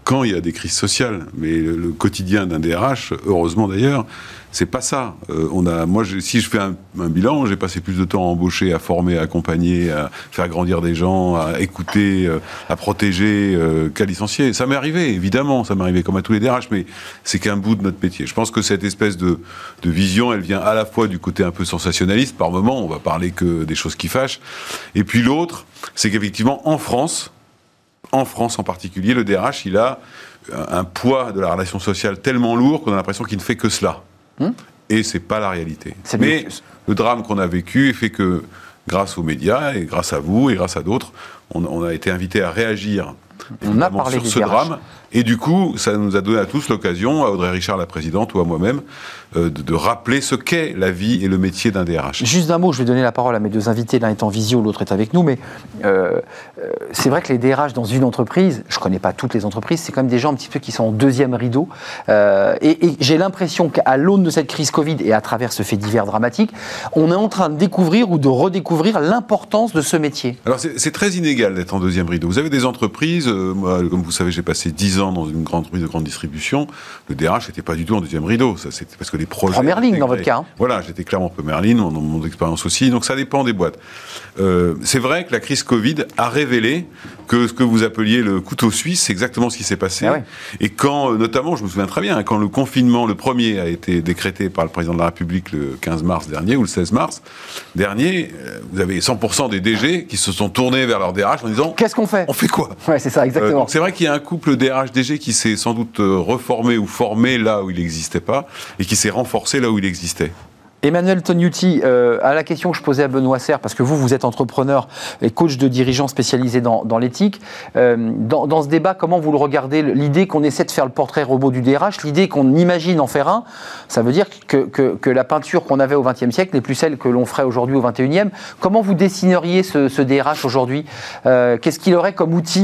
quand il y a des crises sociales. Mais le, le quotidien d'un D R H, heureusement d'ailleurs, c'est pas ça. Euh, on a, moi, je, si je fais un, un bilan, j'ai passé plus de temps à embaucher, à former, à accompagner, à faire grandir des gens, à écouter, euh, à protéger, euh, qu'à licencier. Ça m'est arrivé, évidemment, ça m'est arrivé comme à tous les D R H, mais c'est qu'un bout de notre métier. Je pense que cette espèce de, de vision, elle vient à la fois du côté un peu sensationnaliste, par moment, on va parler que des choses qui fâchent, et puis l'autre, c'est qu'effectivement, en France, en France en particulier, le D R H, il a un poids de la relation sociale tellement lourd qu'on a l'impression qu'il ne fait que cela. Hum. Et c'est pas la réalité. C'est Mais le drame qu'on a vécu fait que, grâce aux médias, et grâce à vous, et grâce à d'autres, on, on a été invités à réagir on a parlé sur ce D R H. Drame. Et du coup, ça nous a donné à tous l'occasion, à Audrey Richard, la présidente, ou à moi-même, euh, de, de rappeler ce qu'est la vie et le métier d'un D R H. Juste d'un mot, je vais donner la parole à mes deux invités, l'un est en visio, l'autre est avec nous, mais euh, euh, c'est vrai que les D R H dans une entreprise, je ne connais pas toutes les entreprises, c'est quand même des gens un petit peu qui sont en deuxième rideau, euh, et, et j'ai l'impression qu'à l'aune de cette crise Covid, et à travers ce fait divers dramatique, on est en train de découvrir ou de redécouvrir l'importance de ce métier. Alors c'est, c'est très inégal d'être en deuxième rideau. Vous avez des entreprises, euh, moi, comme vous savez, j'ai passé dix ans dans une grande entreprise de grande distribution, le D R H n'était pas du tout en deuxième rideau. Ça, c'était parce que les projets... Première ligne dans votre cas. Hein. Voilà, j'étais clairement première ligne, dans mon expérience aussi, donc ça dépend des boîtes. Euh, c'est vrai que la crise Covid a révélé que ce que vous appeliez le couteau suisse, c'est exactement ce qui s'est passé. Ah ouais. Et quand, notamment, je me souviens très bien, quand le confinement, le premier, a été décrété par le président de la République le quinze mars dernier, ou le seize mars dernier, vous avez cent pour cent des D G qui se sont tournés vers leur D R H en disant... Qu'est-ce qu'on fait ? On fait quoi ? Ouais, c'est ça, exactement. Euh, donc c'est vrai qu'il y a un couple D R H-D G qui s'est sans doute reformé ou formé là où il n'existait pas, et qui s'est renforcé là où il existait. Emmanuel Tognuti, euh, à la question que je posais à Benoît Serre, parce que vous, vous êtes entrepreneur et coach de dirigeants spécialisé dans, dans l'éthique, euh, dans, dans ce débat, comment vous le regardez ? L'idée qu'on essaie de faire le portrait robot du D R H, l'idée qu'on imagine en faire un, ça veut dire que, que, que la peinture qu'on avait au vingtième siècle n'est plus celle que l'on ferait aujourd'hui au vingt et unième. Comment vous dessineriez ce, ce D R H aujourd'hui ? euh, Qu'est-ce qu'il aurait comme outil ?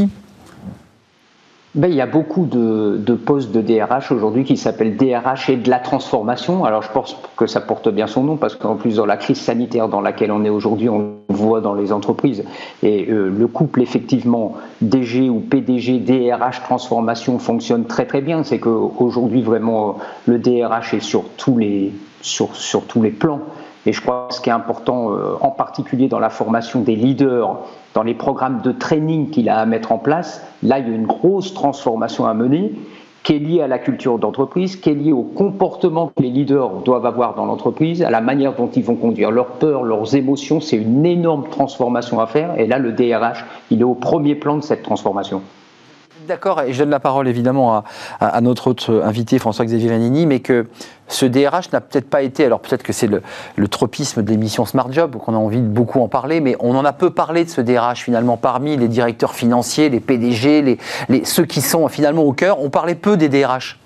Ben, il y a beaucoup de, de postes de D R H aujourd'hui qui s'appellent D R H et de la transformation. Alors je pense que ça porte bien son nom parce qu'en plus dans la crise sanitaire dans laquelle on est aujourd'hui, on le voit dans les entreprises. Et euh, le couple effectivement D G ou P D G, D R H, transformation fonctionne très très bien. C'est qu'aujourd'hui vraiment le D R H est sur tous les, sur, sur tous les plans. Et je crois que ce qui est important, euh, en particulier dans la formation des leaders, dans les programmes de training qu'il a à mettre en place, là, il y a une grosse transformation à mener qui est liée à la culture d'entreprise, qui est liée au comportement que les leaders doivent avoir dans l'entreprise, à la manière dont ils vont conduire leurs peurs, leurs émotions. C'est une énorme transformation à faire. Et là, le D R H, il est au premier plan de cette transformation. D'accord, et je donne la parole évidemment à, à, à notre autre invité, François-Xavier Vannini, mais que ce D R H n'a peut-être pas été, alors peut-être que c'est le, le tropisme de l'émission Smart Job, qu'on a envie de beaucoup en parler, mais on en a peu parlé de ce D R H finalement parmi les directeurs financiers, les P D G, les, les, ceux qui sont finalement au cœur, on parlait peu des D R H.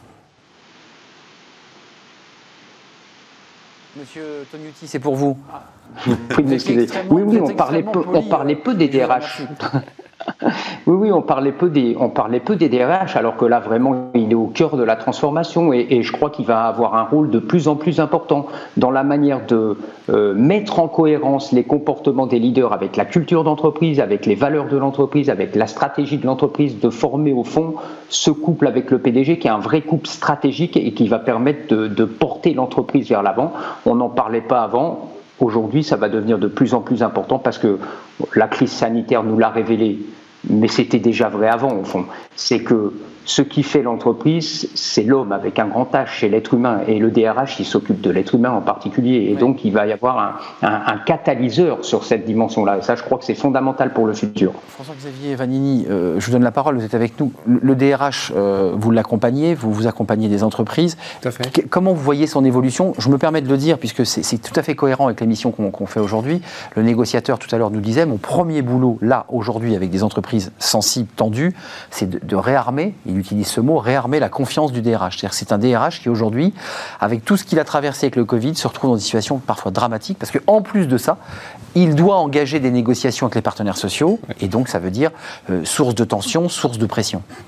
Monsieur Tognuti, c'est pour vous. Oui, oui, oui, on parlait peu, on parlait peu des D R H. Oui, oui, on parlait peu des, on parlait peu des D R H, alors que là, vraiment, il est au cœur de la transformation et, et je crois qu'il va avoir un rôle de plus en plus important dans la manière de euh, mettre en cohérence les comportements des leaders avec la culture d'entreprise, avec les valeurs de l'entreprise, avec la stratégie de l'entreprise, de former au fond ce couple avec le P D G qui est un vrai couple stratégique et qui va permettre de, de porter l'entreprise vers l'avant. On n'en parlait pas avant. Aujourd'hui, ça va devenir de plus en plus important parce que la crise sanitaire nous l'a révélé, mais c'était déjà vrai avant, au fond. C'est que ce qui fait l'entreprise, c'est l'homme avec un grand H, c'est l'être humain. Et le D R H, il s'occupe de l'être humain en particulier. Et oui. Donc, il va y avoir un, un, un catalyseur sur cette dimension-là. Et ça, je crois que c'est fondamental pour le futur. François-Xavier Vannini, euh, je vous donne la parole, vous êtes avec nous. Le, le D R H, euh, vous l'accompagnez, vous vous accompagnez des entreprises. Tout à fait. Qu- comment vous voyez son évolution ? Je me permets de le dire, puisque c'est, c'est tout à fait cohérent avec l'émission qu'on, qu'on fait aujourd'hui. Le négociateur, tout à l'heure, nous disait, mon premier boulot, là, aujourd'hui, avec des entreprises sensibles, tendues, c'est de, de réarmer, il utilise ce mot, réarmer la confiance du D R H. C'est-à-dire que c'est un D R H qui, aujourd'hui, avec tout ce qu'il a traversé avec le Covid, se retrouve dans des situations parfois dramatiques, parce qu'en plus de ça, il doit engager des négociations avec les partenaires sociaux, et donc ça veut dire euh, source de tension, source de pression.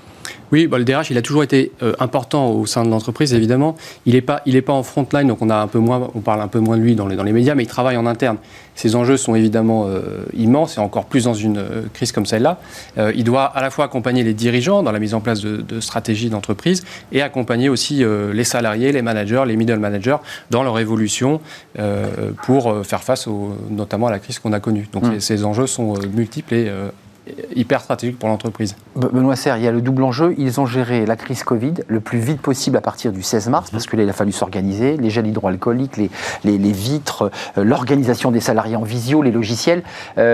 Oui, bah, le D R H, il a toujours été euh, important au sein de l'entreprise, évidemment. Il n'est pas, il est pas en front line, donc on, a un peu moins, on parle un peu moins de lui dans les, dans les médias, mais il travaille en interne. Ses enjeux sont évidemment euh, immenses, et encore plus dans une euh, crise comme celle-là. Euh, il doit à la fois accompagner les dirigeants dans la mise en place de, de stratégies d'entreprise, et accompagner aussi euh, les salariés, les managers, les middle managers dans leur évolution euh, pour euh, faire face au, notamment à la crise qu'on a connue. Donc mmh. ces enjeux sont euh, multiples et euh, hyper stratégique pour l'entreprise. Benoît Serre, il y a le double enjeu. Ils ont géré la crise Covid le plus vite possible à partir du seize mars, parce que là, il a fallu s'organiser. Les gels hydroalcooliques, les, les, les vitres, euh, l'organisation des salariés en visio, les logiciels.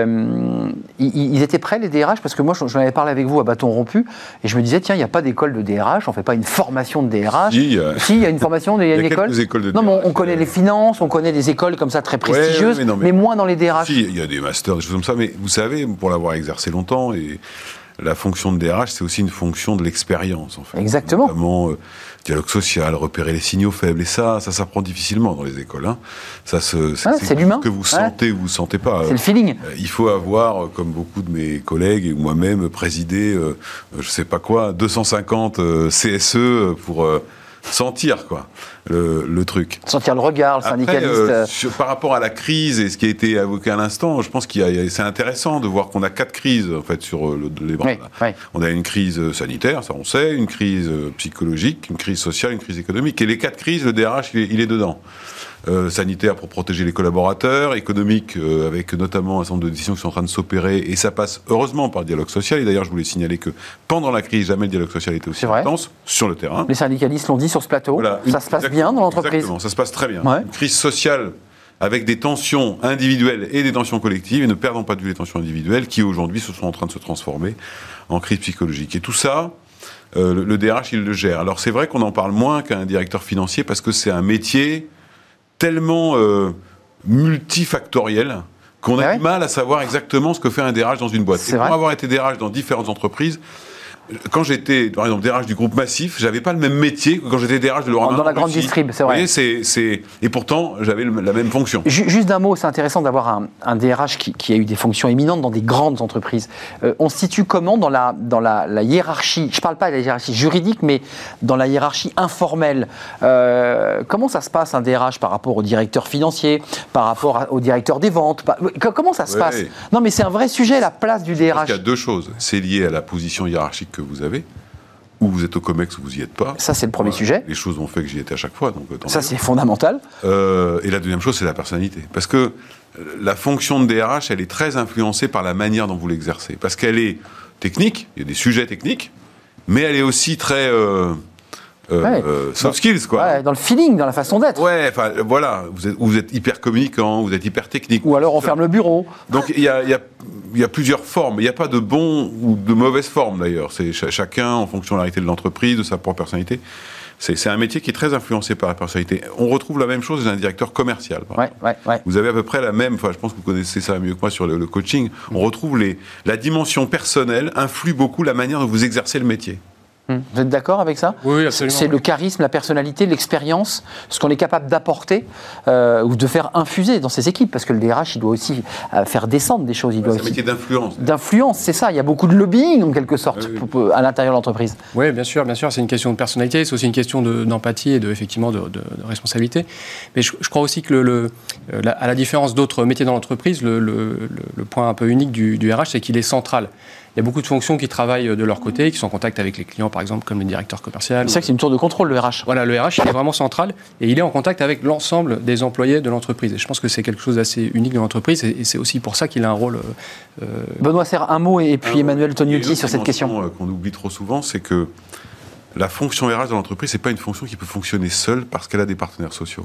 Euh, ils, ils étaient prêts, les D R H? Parce que moi, j'en avais parlé avec vous à bâton rompu, et je me disais, tiens, il n'y a pas d'école de D R H, on ne fait pas une formation de D R H. Si, euh... si il y a une formation, il y a une école. écoles de non, mais on, on connaît euh... les finances, on connaît des écoles comme ça très prestigieuses, ouais, mais, non, mais... mais moins dans les D R H. Si, il y a des masters, des choses comme ça, mais vous savez, pour l'avoir exercé longtemps, et la fonction de D R H, c'est aussi une fonction de l'expérience, en fait. Exactement. Notamment, euh, dialogue social, repérer les signaux faibles. Et ça, ça s'apprend difficilement dans les écoles. Hein. Ça, se, c'est, ah, c'est, c'est l'humain. Que vous sentez ouais. ou vous ne sentez pas. C'est le feeling. Euh, il faut avoir, comme beaucoup de mes collègues et moi-même, présidé, euh, je ne sais pas quoi, deux cent cinquante euh, C S E pour... Euh, sentir quoi le, le truc. Sentir le regard, le Après, syndicaliste. Euh, sur, par rapport à la crise et ce qui a été évoqué à l'instant, je pense qu'il y a, c'est intéressant de voir qu'on a quatre crises en fait sur le, les bras. Oui, oui. On a une crise sanitaire, ça on sait, une crise psychologique, une crise sociale, une crise économique. Et les quatre crises, le D R H, il est, il est dedans. Euh, sanitaire pour protéger les collaborateurs, économique euh, avec notamment un certain nombre de décisions qui sont en train de s'opérer, et ça passe heureusement par le dialogue social. Et d'ailleurs, je voulais signaler que pendant la crise, jamais le dialogue social était aussi intense sur le terrain. Les syndicalistes l'ont dit sur ce plateau. Voilà. Ça se passe bien dans l'entreprise. Exactement, ça se passe très bien. Ouais. Une crise sociale avec des tensions individuelles et des tensions collectives, et ne perdons pas de vue les tensions individuelles qui aujourd'hui se sont en train de se transformer en crise psychologique. Et tout ça, euh, le, le D R H, il le gère. Alors c'est vrai qu'on en parle moins qu'un directeur financier parce que c'est un métier tellement euh, multifactoriel qu'on a ah ouais. du mal à savoir exactement ce que fait un D R H dans une boîte. C'est et pour vrai. avoir été D R H dans différentes entreprises, quand j'étais, par exemple, D R H du groupe Massif, j'avais pas le même métier que quand j'étais D R H de Laurent. Dans la grande distrib, c'est vrai. Vous voyez, c'est, c'est... Et pourtant, j'avais le, la même fonction. Juste d'un mot, c'est intéressant d'avoir un, un D R H qui, qui a eu des fonctions éminentes dans des grandes entreprises. Euh, on se situe comment dans la, dans la, la hiérarchie? Je parle pas de la hiérarchie juridique, mais dans la hiérarchie informelle. Euh, comment ça se passe un D R H par rapport au directeur financier, par rapport à, au directeur des ventes par... Comment ça se ouais. passe? Non, mais c'est un vrai sujet, la place du D R H. Il y a deux choses. C'est lié à la position hiérarchique que vous avez, ou vous êtes au COMEX ou vous n'y êtes pas. Ça, c'est le premier voilà. sujet. Les choses ont fait que j'y étais à chaque fois. Donc, ça, c'est fondamental. Euh, et la deuxième chose, c'est la personnalité. Parce que la fonction de D R H, elle est très influencée par la manière dont vous l'exercez. Parce qu'elle est technique, il y a des sujets techniques, mais elle est aussi très... Euh, Euh, ouais. euh, soft skills, quoi. Ouais, dans le feeling, dans la façon d'être. Ouais, enfin, voilà, vous êtes, vous êtes hyper communicant, vous êtes hyper technique. Ou alors on ferme le bureau. Donc il y a, y, a, y a plusieurs formes. Il n'y a pas de bon ou de mauvaise forme, d'ailleurs. C'est ch- chacun en fonction de la réalité de l'entreprise, de sa propre personnalité. C'est, c'est un métier qui est très influencé par la personnalité. On retrouve la même chose chez un directeur commercial. Ouais, ouais, ouais. Vous avez à peu près la même, enfin je pense que vous connaissez ça mieux que moi sur le, le coaching, on retrouve les, la dimension personnelle influe beaucoup la manière dont vous exercez le métier. Vous êtes d'accord avec ça? Oui, absolument. C'est le charisme, la personnalité, l'expérience, ce qu'on est capable d'apporter euh, ou de faire infuser dans ses équipes, parce que le D R H, il doit aussi euh, faire descendre des choses. Il ouais, doit c'est aussi... un métier d'influence. D'influence, c'est ça. Il y a beaucoup de lobbying, en quelque sorte, oui, oui. Pour, pour, à l'intérieur de l'entreprise. Oui, bien sûr, bien sûr. C'est une question de personnalité, c'est aussi une question de, d'empathie et de, effectivement de, de, de responsabilité. Mais je, je crois aussi que, le, le, la, à la différence d'autres métiers dans l'entreprise, le, le, le, le point un peu unique du, du R H, c'est qu'il est central. Il y a beaucoup de fonctions qui travaillent de leur côté, qui sont en contact avec les clients, par exemple, comme le directeur commercial. C'est ça que c'est une tour de contrôle, le R H. Voilà, le R H, il est vraiment central et il est en contact avec l'ensemble des employés de l'entreprise. Et je pense que c'est quelque chose d'assez unique dans l'entreprise et c'est aussi pour ça qu'il a un rôle... Euh... Benoît Serre, un mot et puis Alors, Emmanuel Tognuti sur cette question. Qu'on oublie trop souvent, c'est que la fonction R H dans l'entreprise, c'est pas une fonction qui peut fonctionner seule parce qu'elle a des partenaires sociaux.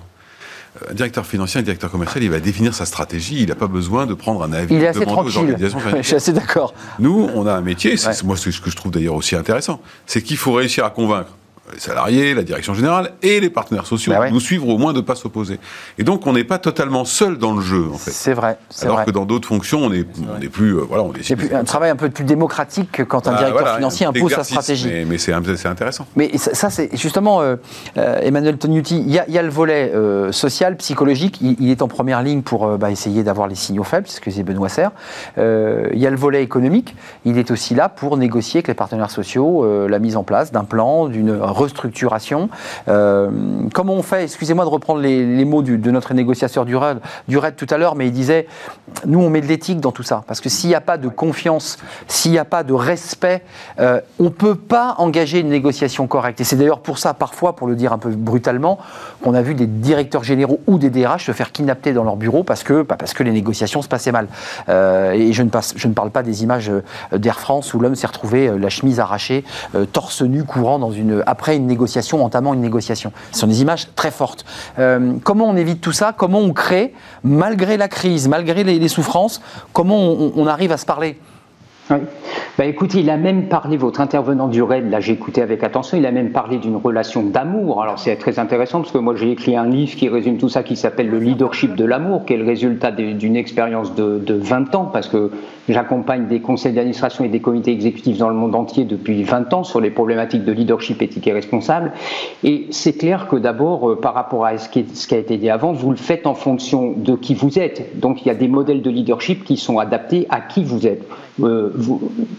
Un directeur financier, un directeur commercial, il va définir sa stratégie. Il n'a pas besoin de prendre un avis. Il est assez tranquille. Aux organisations Je suis assez d'accord. Nous, on a un métier. C'est, ouais. Moi, c'est ce que je trouve d'ailleurs aussi intéressant. C'est qu'il faut réussir à convaincre les salariés, la direction générale et les partenaires sociaux bah ouais. nous suivre, au moins de ne pas s'opposer. Et donc, on n'est pas totalement seul dans le jeu, en fait. C'est vrai. C'est Alors vrai. que dans d'autres fonctions, on est, on est plus... Euh, voilà, on est c'est plus, un travail un peu plus démocratique que quand un bah, directeur voilà, financier impose sa stratégie. Mais, mais c'est, c'est intéressant. Mais ça, ça c'est justement, euh, euh, Emmanuel Tognuti, il y, y a le volet euh, social, psychologique, il, il est en première ligne pour euh, bah, essayer d'avoir les signaux faibles, c'est ce que c'est Benoît Serre. Euh, il y a le volet économique, il est aussi là pour négocier avec les partenaires sociaux euh, la mise en place d'un plan, d'une restructuration. Euh, comment on fait, excusez-moi de reprendre les, les mots du, de notre négociateur du R A I D, du R A I D tout à l'heure, mais il disait, nous on met de l'éthique dans tout ça, parce que s'il n'y a pas de confiance, s'il n'y a pas de respect, euh, on ne peut pas engager une négociation correcte. Et c'est d'ailleurs pour ça, parfois, pour le dire un peu brutalement, qu'on a vu des directeurs généraux ou des D R H se faire kidnapper dans leur bureau parce que, bah, parce que les négociations se passaient mal. Euh, et je ne, passe, je ne parle pas des images d'Air France où l'homme s'est retrouvé euh, la chemise arrachée, euh, torse nu, courant dans une, après une négociation, entamant une négociation. Ce sont des images très fortes. Euh, comment on évite tout ça ? Comment on crée, malgré la crise, malgré les, les souffrances, comment on, on arrive à se parler ? Oui. Bah écoutez, il a même parlé, votre intervenant du R A I D, là j'ai écouté avec attention, il a même parlé d'une relation d'amour. Alors c'est très intéressant parce que moi j'ai écrit un livre qui résume tout ça qui s'appelle Le leadership de l'amour, qui est le résultat d'une expérience de, de vingt ans, parce que j'accompagne des conseils d'administration et des comités exécutifs dans le monde entier depuis vingt ans sur les problématiques de leadership éthique et responsable. Et c'est clair que d'abord, euh, par rapport à ce qui, est, ce qui a été dit avant, vous le faites en fonction de qui vous êtes. Donc il y a des modèles de leadership qui sont adaptés à qui vous êtes. Euh, vous,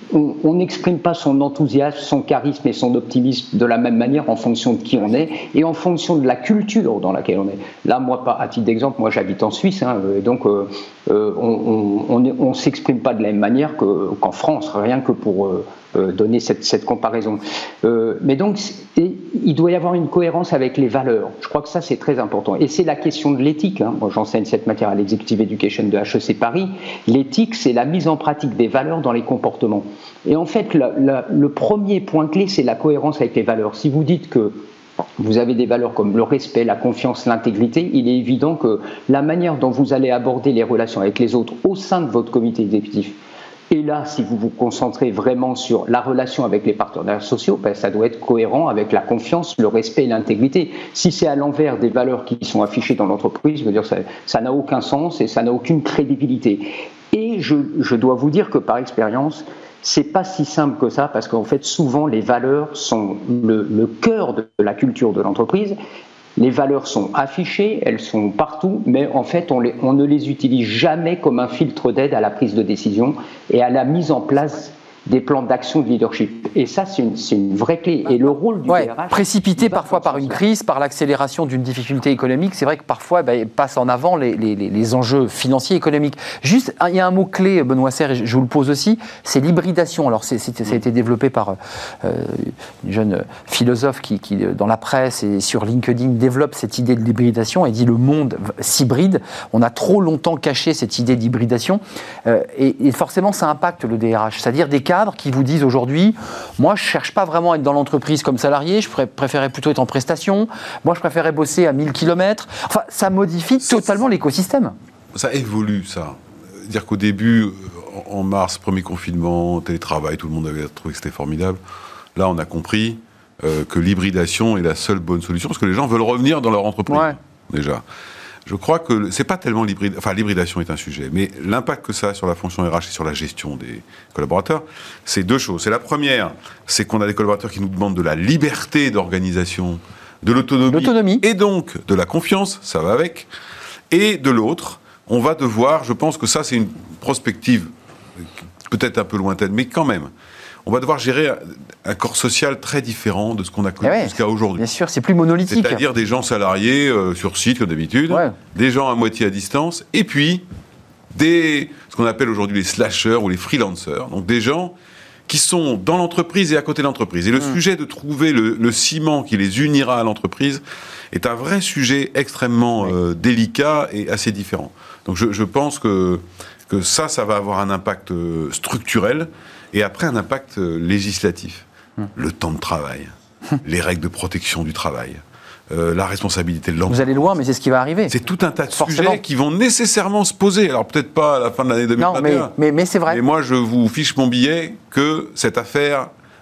on n'exprime pas son enthousiasme, son charisme et son optimisme de la même manière en fonction de qui on est et en fonction de la culture dans laquelle on est. Là, moi, pas, à titre d'exemple, moi j'habite en Suisse, hein, donc euh, euh, on ne s'exprime pas de la même manière que, qu'en France, rien que pour euh, euh, donner cette, cette comparaison. Euh, mais donc, et, il doit y avoir une cohérence avec les valeurs. Je crois que ça, c'est très important. Et c'est la question de l'éthique. Hein. Moi, j'enseigne cette matière à l'Executive Education de H E C Paris. L'éthique, c'est la mise en pratique des valeurs dans les comportements. Et en fait, la, la, le premier point clé, c'est la cohérence avec les valeurs. Si vous dites que vous avez des valeurs comme le respect, la confiance, l'intégrité, il est évident que la manière dont vous allez aborder les relations avec les autres au sein de votre comité exécutif, et là, si vous vous concentrez vraiment sur la relation avec les partenaires sociaux, ben, ça doit être cohérent avec la confiance, le respect et l'intégrité. Si c'est à l'envers des valeurs qui sont affichées dans l'entreprise, je veux dire, ça, ça n'a aucun sens et ça n'a aucune crédibilité. Et je, je dois vous dire que par expérience, c'est pas si simple que ça, parce qu'en fait, souvent, les valeurs sont le, le cœur de la culture de l'entreprise. Les valeurs sont affichées, elles sont partout, mais en fait, on, les, on ne les utilise jamais comme un filtre d'aide à la prise de décision et à la mise en place des plans d'action de leadership. Et ça, c'est une, c'est une vraie clé. Et le rôle du ouais, D R H... Précipité parfois par une crise, par l'accélération d'une difficulté économique, c'est vrai que parfois, bah, passe en avant les, les, les enjeux financiers et économiques. Juste, il y a un mot-clé, Benoît Serre, et je vous le pose aussi, c'est l'hybridation. Alors, c'est, c'est, ça a été développé par euh, une jeune philosophe qui, qui, dans la presse et sur LinkedIn, développe cette idée de l'hybridation et dit le monde s'hybride. On a trop longtemps caché cette idée d'hybridation. Euh, et, et forcément, ça impacte le D R H. C'est-à-dire des cadres qui vous disent aujourd'hui, moi je ne cherche pas vraiment à être dans l'entreprise comme salarié, je pr- préférais plutôt être en prestation, moi je préférais bosser à mille kilomètres. Enfin, ça modifie totalement l'écosystème. Ça évolue, ça. Dire qu'au début, en mars, premier confinement, télétravail, tout le monde avait trouvé que c'était formidable. Là, on a compris euh, que l'hybridation est la seule bonne solution, parce que les gens veulent revenir dans leur entreprise, ouais. déjà. Je crois que c'est pas tellement l'hybridation, enfin l'hybridation est un sujet, mais l'impact que ça a sur la fonction R H et sur la gestion des collaborateurs, c'est deux choses. C'est la première, c'est qu'on a des collaborateurs qui nous demandent de la liberté d'organisation, de l'autonomie, l'autonomie. et donc de la confiance, ça va avec. Et de l'autre, on va devoir, je pense que ça c'est une prospective peut-être un peu lointaine, mais quand même, on va devoir gérer un corps social très différent de ce qu'on a connu ouais, jusqu'à aujourd'hui. Bien sûr, c'est plus monolithique. C'est-à-dire des gens salariés euh, sur site, comme d'habitude, ouais. des gens à moitié à distance, et puis des, ce qu'on appelle aujourd'hui les slashers ou les freelancers, donc des gens qui sont dans l'entreprise et à côté de l'entreprise. Et le mmh. sujet de trouver le, le ciment qui les unira à l'entreprise est un vrai sujet extrêmement oui. euh, délicat et assez différent. Donc je, je pense que, que ça, ça va avoir un impact euh, structurel, et après un impact euh, législatif. Hum. Le temps de travail, les règles de protection du travail, euh, la responsabilité de l'emploi. Vous allez loin, mais c'est ce qui va arriver. C'est tout un tas de Forcément. sujets qui vont nécessairement se poser. Alors peut-être pas à la fin de l'année deux mille vingt et un. Non, mais, mais, mais c'est vrai. Mais moi, je vous fiche mon billet que cette affaire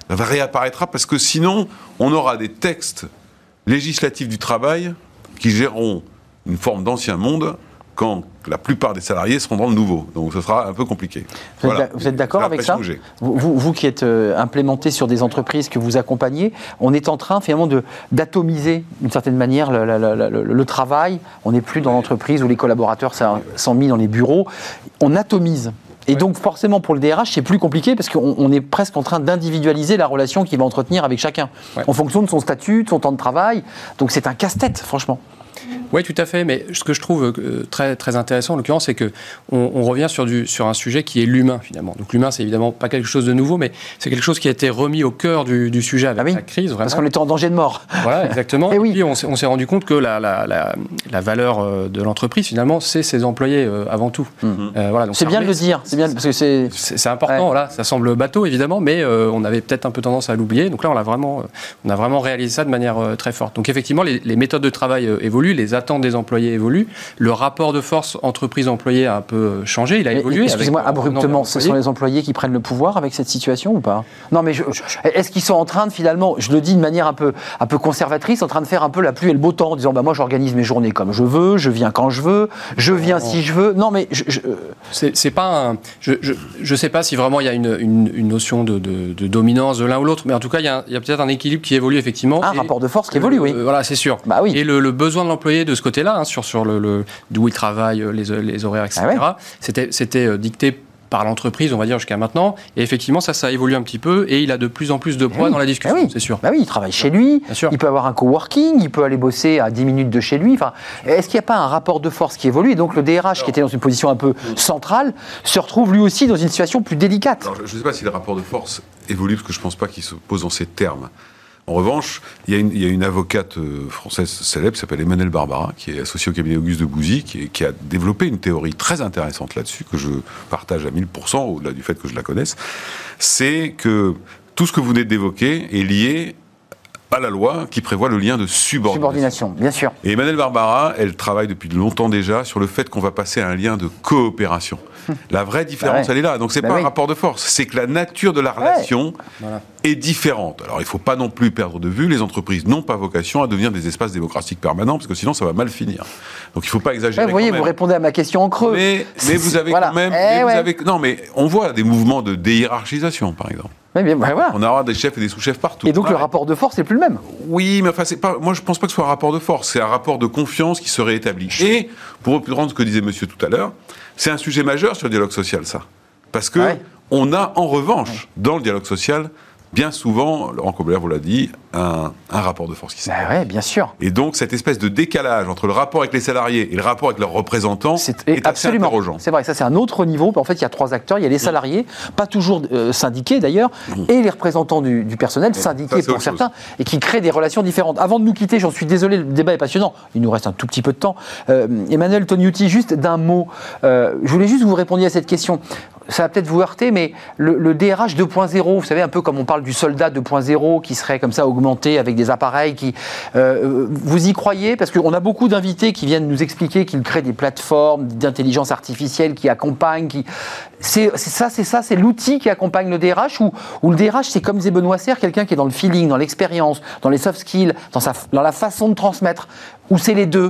réapparaîtra, parce que sinon, on aura des textes législatifs du travail qui géreront une forme d'ancien monde quand la plupart des salariés seront dans le nouveau. Donc ce sera un peu compliqué. Vous, voilà. êtes, vous êtes d'accord avec ça, vous, vous, vous qui êtes euh, implémenté sur des entreprises que vous accompagnez, on est en train finalement de, d'atomiser d'une certaine manière le, le, le, le travail. On n'est plus dans l'entreprise où les collaborateurs sont mis dans les bureaux. On atomise. Et donc forcément pour le D R H c'est plus compliqué parce qu'on on est presque en train d'individualiser la relation qu'il va entretenir avec chacun, ouais. en fonction de son statut, de son temps de travail. Donc c'est un casse-tête franchement. Oui, tout à fait. Mais ce que je trouve très, très intéressant, en l'occurrence, c'est qu'on on revient sur, du, sur un sujet qui est l'humain, finalement. Donc l'humain, c'est évidemment pas quelque chose de nouveau, mais c'est quelque chose qui a été remis au cœur du, du sujet avec ah oui, la crise. Vraiment. Parce qu'on était en danger de mort. Voilà, exactement. Et, Et oui. puis on s'est, on s'est rendu compte que la, la, la, la valeur de l'entreprise, finalement, c'est ses employés euh, avant tout. Mmh. Euh, voilà, donc c'est bien de le dire. C'est, bien, parce que c'est... c'est, c'est important. Ouais. Voilà, ça semble bateau, évidemment, mais euh, on avait peut-être un peu tendance à l'oublier. Donc là, on a vraiment, on a vraiment réalisé ça de manière euh, très forte. Donc effectivement, les, les méthodes de travail euh, évoluent, les attentes des employés évolue. Le rapport de force entreprise-employé a un peu changé, il a mais, évolué. Excusez-moi, abruptement, ce sont les employés qui prennent le pouvoir avec cette situation ou pas ? Non, mais je, je, est-ce qu'ils sont en train de finalement, je le dis de manière un peu, un peu conservatrice, en train de faire un peu la pluie et le beau temps, en disant bah, moi j'organise mes journées comme je veux, je viens quand je veux, je viens non. si je veux. Non, mais je, je... C'est, c'est pas un. Je, je, je sais pas si vraiment il y a une, une, une notion de, de, de dominance de l'un ou l'autre, mais en tout cas il y a, il y a peut-être un équilibre qui évolue effectivement. Un et, rapport de force qui évolue, oui. Euh, voilà, c'est sûr. Bah, oui. Et le, le besoin de l'employé de ce côté-là, hein, sur, sur le, le, d'où il travaille, les, les horaires, et cetera. Ah ouais. C'était, c'était dicté par l'entreprise, on va dire, jusqu'à maintenant. Et effectivement, ça, ça évolue un petit peu et il a de plus en plus de poids oui. dans la discussion, bah oui. c'est sûr. Bah oui, il travaille chez lui, il peut avoir un coworking, il peut aller bosser à dix minutes de chez lui. Enfin, est-ce qu'il n'y a pas un rapport de force qui évolue ? Et donc le D R H, alors, qui était dans une position un peu centrale, se retrouve lui aussi dans une situation plus délicate. Alors, je ne sais pas si le rapport de force évolue, parce que je ne pense pas qu'il se pose dans ces termes. En revanche, il y, a une, il y a une avocate française célèbre qui s'appelle Emmanuelle Barbara, qui est associée au cabinet Auguste de Gouzy, qui, est, qui a développé une théorie très intéressante là-dessus, que je partage à mille pour cent, au-delà du fait que je la connaisse. C'est que tout ce que vous venez d'évoquer est lié à la loi qui prévoit le lien de subordination. Subordination, bien sûr. Et Emmanuelle Barbara, elle travaille depuis longtemps déjà sur le fait qu'on va passer à un lien de coopération. La vraie différence, bah ouais. elle est là. Donc, c'est bah pas oui. un rapport de force. C'est que la nature de la relation ouais. voilà. est différente. Alors, il ne faut pas non plus perdre de vue, les entreprises n'ont pas vocation à devenir des espaces démocratiques permanents, parce que sinon, ça va mal finir. Donc, il ne faut pas exagérer. Ouais, vous voyez, vous répondez à ma question en creux. Mais, mais vous avez voilà. quand même... Eh vous ouais. avez, non, mais on voit des mouvements de déhiérarchisation, par exemple. Mais bien, bah voilà. On aura des chefs et des sous-chefs partout. Et donc, ouais. le rapport de force n'est plus le même. Oui, mais enfin, c'est pas, moi, je ne pense pas que ce soit un rapport de force. C'est un rapport de confiance qui serait établi. Et, pour reprendre ce que disait monsieur tout à l'heure, c'est un sujet majeur sur le dialogue social, ça. Parce que ouais. on a, en revanche, ouais. dans le dialogue social, bien souvent, Laurent Kobler vous l'a dit, un, un rapport de force qui s'est. Bah ouais, bien sûr. Et donc, cette espèce de décalage entre le rapport avec les salariés et le rapport avec leurs représentants c'est, est absolument assez interrogeant. C'est vrai, ça c'est un autre niveau. En fait, il y a trois acteurs. Il y a les salariés, mmh. pas toujours euh, syndiqués d'ailleurs, mmh. et les représentants du, du personnel, mmh. syndiqués ça, pour certains, chose. Et qui créent des relations différentes. Avant de nous quitter, j'en suis désolé, le débat est passionnant. Il nous reste un tout petit peu de temps. Euh, Emmanuel Tognuti, juste d'un mot. Euh, je voulais juste que vous répondiez à cette question. Ça va peut-être vous heurter, mais le, le D R H deux point zéro, vous savez, un peu comme on parle du soldat deux point zéro, qui serait comme ça augmenté avec des appareils, qui, euh, vous y croyez ? Parce qu'on a beaucoup d'invités qui viennent nous expliquer qu'ils créent des plateformes d'intelligence artificielle qui accompagnent, qui... C'est, c'est ça, c'est ça, c'est l'outil qui accompagne le D R H, ou, ou le D R H, c'est comme disait Benoît Serre, quelqu'un qui est dans le feeling, dans l'expérience, dans les soft skills, dans, sa, dans la façon de transmettre, ou c'est les deux ?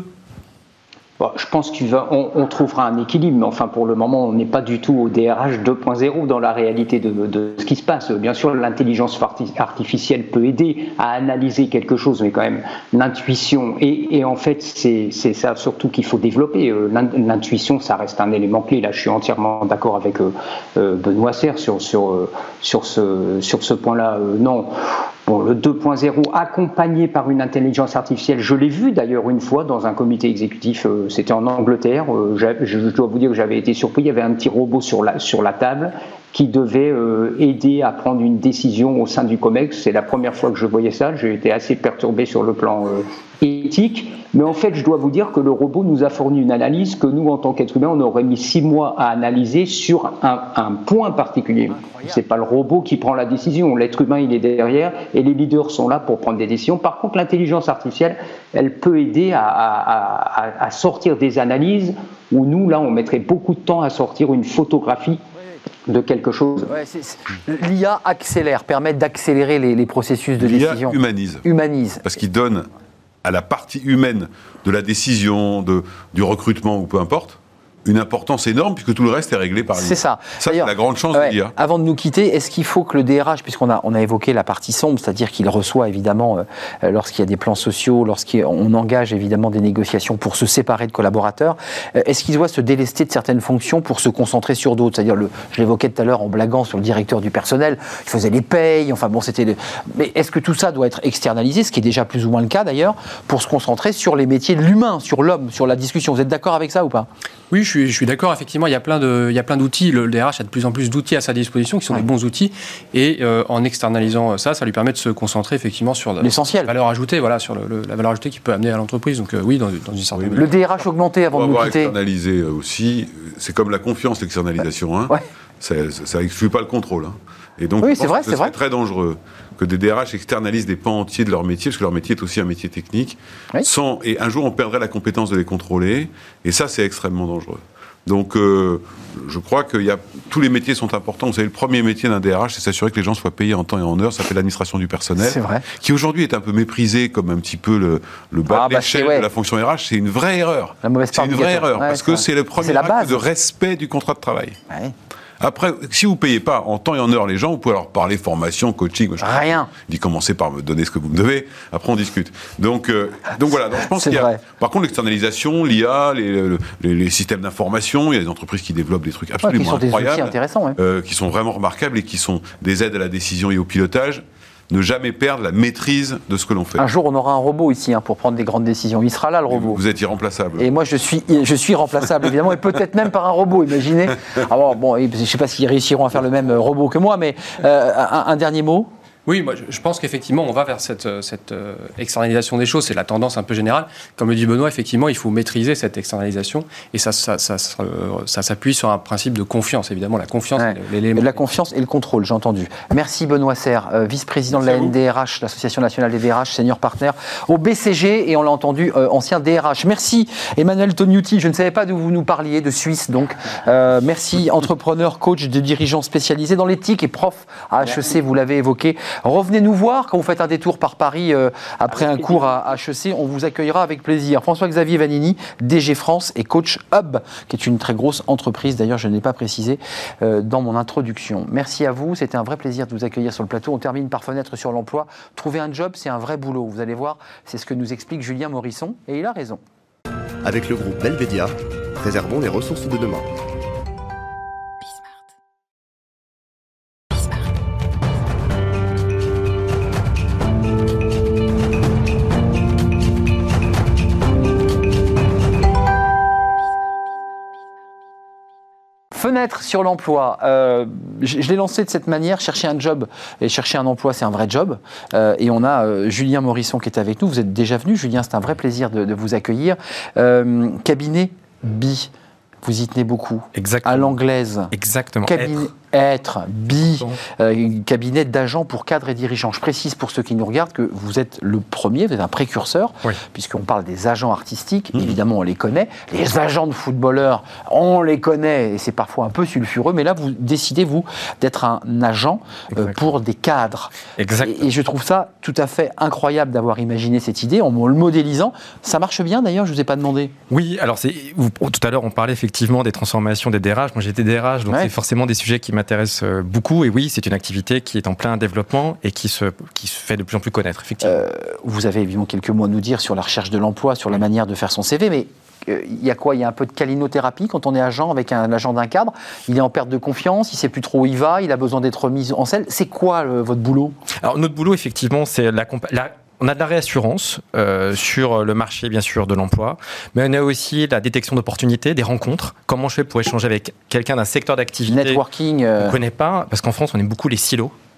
Bon, je pense qu'on on trouvera un équilibre, mais enfin pour le moment on n'est pas du tout au D R H deux point zéro dans la réalité de, de ce qui se passe. Bien sûr l'intelligence artificielle peut aider à analyser quelque chose, mais quand même l'intuition, et, et en fait c'est, c'est ça surtout qu'il faut développer. L'intuition ça reste un élément clé, là je suis entièrement d'accord avec euh, Benoît Serre sur, sur, sur, ce, sur ce point-là. Euh, non. Bon, le deux point zéro accompagné par une intelligence artificielle, je l'ai vu d'ailleurs une fois dans un comité exécutif, euh, c'était en Angleterre, euh, je dois vous dire que j'avais été surpris, il y avait un petit robot sur la, sur la table qui devait euh, aider à prendre une décision au sein du COMEX. C'est la première fois que je voyais ça, j'ai été assez perturbé sur le plan euh, éthique, mais en fait je dois vous dire que le robot nous a fourni une analyse que nous en tant qu'êtres humains on aurait mis six mois à analyser sur un, un point particulier. C'est pas le robot qui prend la décision, l'être humain il est derrière et les leaders sont là pour prendre des décisions. Par contre l'intelligence artificielle elle peut aider à, à, à, à sortir des analyses où nous là on mettrait beaucoup de temps à sortir une photographie de quelque chose. Ouais, c'est, c'est, l'I A accélère, permet d'accélérer les, les processus de L'I A décision. humanise. Humanise. Parce qu'il donne à la partie humaine de la décision, de, du recrutement ou peu importe, une importance énorme puisque tout le reste est réglé par l'I A. C'est ça. Ça, c'est la grande chance ouais, de l'I A. Avant de nous quitter, est-ce qu'il faut que le D R H, puisqu'on a, on a évoqué la partie sombre, c'est-à-dire qu'il reçoit évidemment, euh, lorsqu'il y a des plans sociaux, lorsqu'on engage évidemment des négociations pour se séparer de collaborateurs, euh, est-ce qu'il doit se délester de certaines fonctions pour se concentrer sur d'autres? C'est-à-dire, le, je l'évoquais tout à l'heure en blaguant sur le directeur du personnel, il faisait les payes, enfin bon, c'était... Le... Mais est-ce que tout ça doit être externalisé, ce qui est déjà plus ou moins le cas d'ailleurs, pour se concentrer sur les métiers de l'humain, sur l'homme, sur la discussion? Vous êtes d'accord avec ça ou pas? Oui, je suis, je suis d'accord. Effectivement, il y a plein de, il y a plein d'outils. Le D R H a de plus en plus d'outils à sa disposition qui sont ouais. des bons outils. Et euh, en externalisant ça, ça lui permet de se concentrer effectivement sur l'essentiel, la valeur ajoutée, voilà, sur le, le, la valeur ajoutée qu'il peut amener à l'entreprise. Donc euh, oui, dans, dans une certaine. Oui, le D R H augmenté avant de nous quitter. Externaliser aussi, c'est comme la confiance, l'externalisation. Hein. Ouais. Ça n'exclut pas le contrôle. Hein. Et donc, oui, je pense c'est vrai, que ce c'est serait vrai. très dangereux que des D R H externalisent des pans entiers de leur métier, parce que leur métier est aussi un métier technique. Oui. Sans, et un jour, on perdrait la compétence de les contrôler. Et ça, c'est extrêmement dangereux. Donc, euh, je crois que y a, tous les métiers sont importants. Vous savez, le premier métier d'un D R H, c'est s'assurer que les gens soient payés en temps et en heure. Ça fait l'administration du personnel, c'est vrai. Qui aujourd'hui est un peu méprisé comme un petit peu le, le bas ah, de l'échelle bah ouais. de la fonction R H. C'est une vraie erreur. La mauvaise c'est une vraie erreur, ouais, parce c'est que vrai. c'est le premier acte de respect du contrat de travail. Ouais. Après, si vous ne payez pas en temps et en heure les gens, vous pouvez leur parler formation, coaching. Rien. Il dit commencez par me donner ce que vous me devez. Après, on discute. Donc, euh, donc voilà. Donc, je pense qu'il y a. Vrai. Par contre, l'externalisation, l'I A, les, les, les systèmes d'information, il y a des entreprises qui développent des trucs absolument ouais, qui sont incroyables, des outils intéressants, ouais. euh, qui sont vraiment remarquables et qui sont des aides à la décision et au pilotage. Ne jamais perdre la maîtrise de ce que l'on fait. Un jour, on aura un robot ici hein, pour prendre des grandes décisions. Il sera là, le robot. Vous êtes irremplaçable. Et moi, je suis, je suis remplaçable, évidemment, et peut-être même par un robot, imaginez. Alors, bon, je ne sais pas s'ils réussiront à faire le même robot que moi, mais euh, un, un dernier mot. Oui, moi, je pense qu'effectivement, on va vers cette, cette externalisation des choses. C'est la tendance un peu générale. Comme le dit Benoît, effectivement, il faut maîtriser cette externalisation. Et ça, ça, ça, ça, ça s'appuie sur un principe de confiance, évidemment. La confiance, ouais. l'élément. La confiance et le contrôle, j'ai entendu. Merci Benoît Serre, euh, vice-président Merci de la N D R H, l'Association nationale des D R H, senior partner au B C G, et on l'a entendu, euh, ancien D R H. Merci Emmanuel Tognuti. Je ne savais pas d'où vous nous parliez, de Suisse, donc. Euh, merci, entrepreneur, coach de dirigeants spécialisés dans l'éthique et prof à H E C, vous l'avez évoqué. Revenez nous voir quand vous faites un détour par Paris euh, après avec un cours à H E C. On vous accueillera avec plaisir. François-Xavier Vanini, D G France et coach Hub, qui est une très grosse entreprise. D'ailleurs, je ne l'ai pas précisé euh, dans mon introduction. Merci à vous. C'était un vrai plaisir de vous accueillir sur le plateau. On termine par Fenêtre sur l'emploi. Trouver un job, c'est un vrai boulot. Vous allez voir, c'est ce que nous explique Julien Morisson. Et il a raison. Avec le groupe Belvedia, préservons les ressources de demain. Fenêtre sur l'emploi, euh, je, je l'ai lancé de cette manière, chercher un job et chercher un emploi, c'est un vrai job. Euh, et on a euh, Julien Morisson qui est avec nous. Vous êtes déjà venu, Julien, c'est un vrai plaisir de, de vous accueillir. Euh, cabinet B I, vous y tenez beaucoup. Exactement. À l'anglaise. Exactement. Cabinet être, B I, euh, cabinet d'agents pour cadres et dirigeants. Je précise pour ceux qui nous regardent que vous êtes le premier, vous êtes un précurseur, oui. puisqu'on parle des agents artistiques, mmh. évidemment on les connaît. Les agents de footballeurs, on les connaît, et c'est parfois un peu sulfureux, mais là vous décidez, vous, d'être un agent euh, pour des cadres. Exactement. Et, et je trouve ça tout à fait incroyable d'avoir imaginé cette idée, en le modélisant. Ça marche bien d'ailleurs, je ne vous ai pas demandé. Oui, alors c'est, vous, tout à l'heure on parlait effectivement des transformations des D R H. Moi j'étais D R H, donc ouais. c'est forcément des sujets qui m'intéressent m'intéresse beaucoup, et oui, c'est une activité qui est en plein développement et qui se, qui se fait de plus en plus connaître, effectivement. Euh, vous avez évidemment quelques mots à nous dire sur la recherche de l'emploi, sur la manière de faire son C V, mais il euh, y a quoi? Il y a un peu de câlinothérapie quand on est agent avec un agent d'un cadre. Il est en perte de confiance, il ne sait plus trop où il va, il a besoin d'être mis en selle. C'est quoi le, votre boulot? Alors notre boulot, effectivement, c'est la, la on a de la réassurance euh, sur le marché, bien sûr, de l'emploi, mais on a aussi la détection d'opportunités, des rencontres. Comment je fais pour échanger avec quelqu'un d'un secteur d'activité Networking. Euh... qu'on ne connaît pas, parce qu'en France, on aime beaucoup les silos.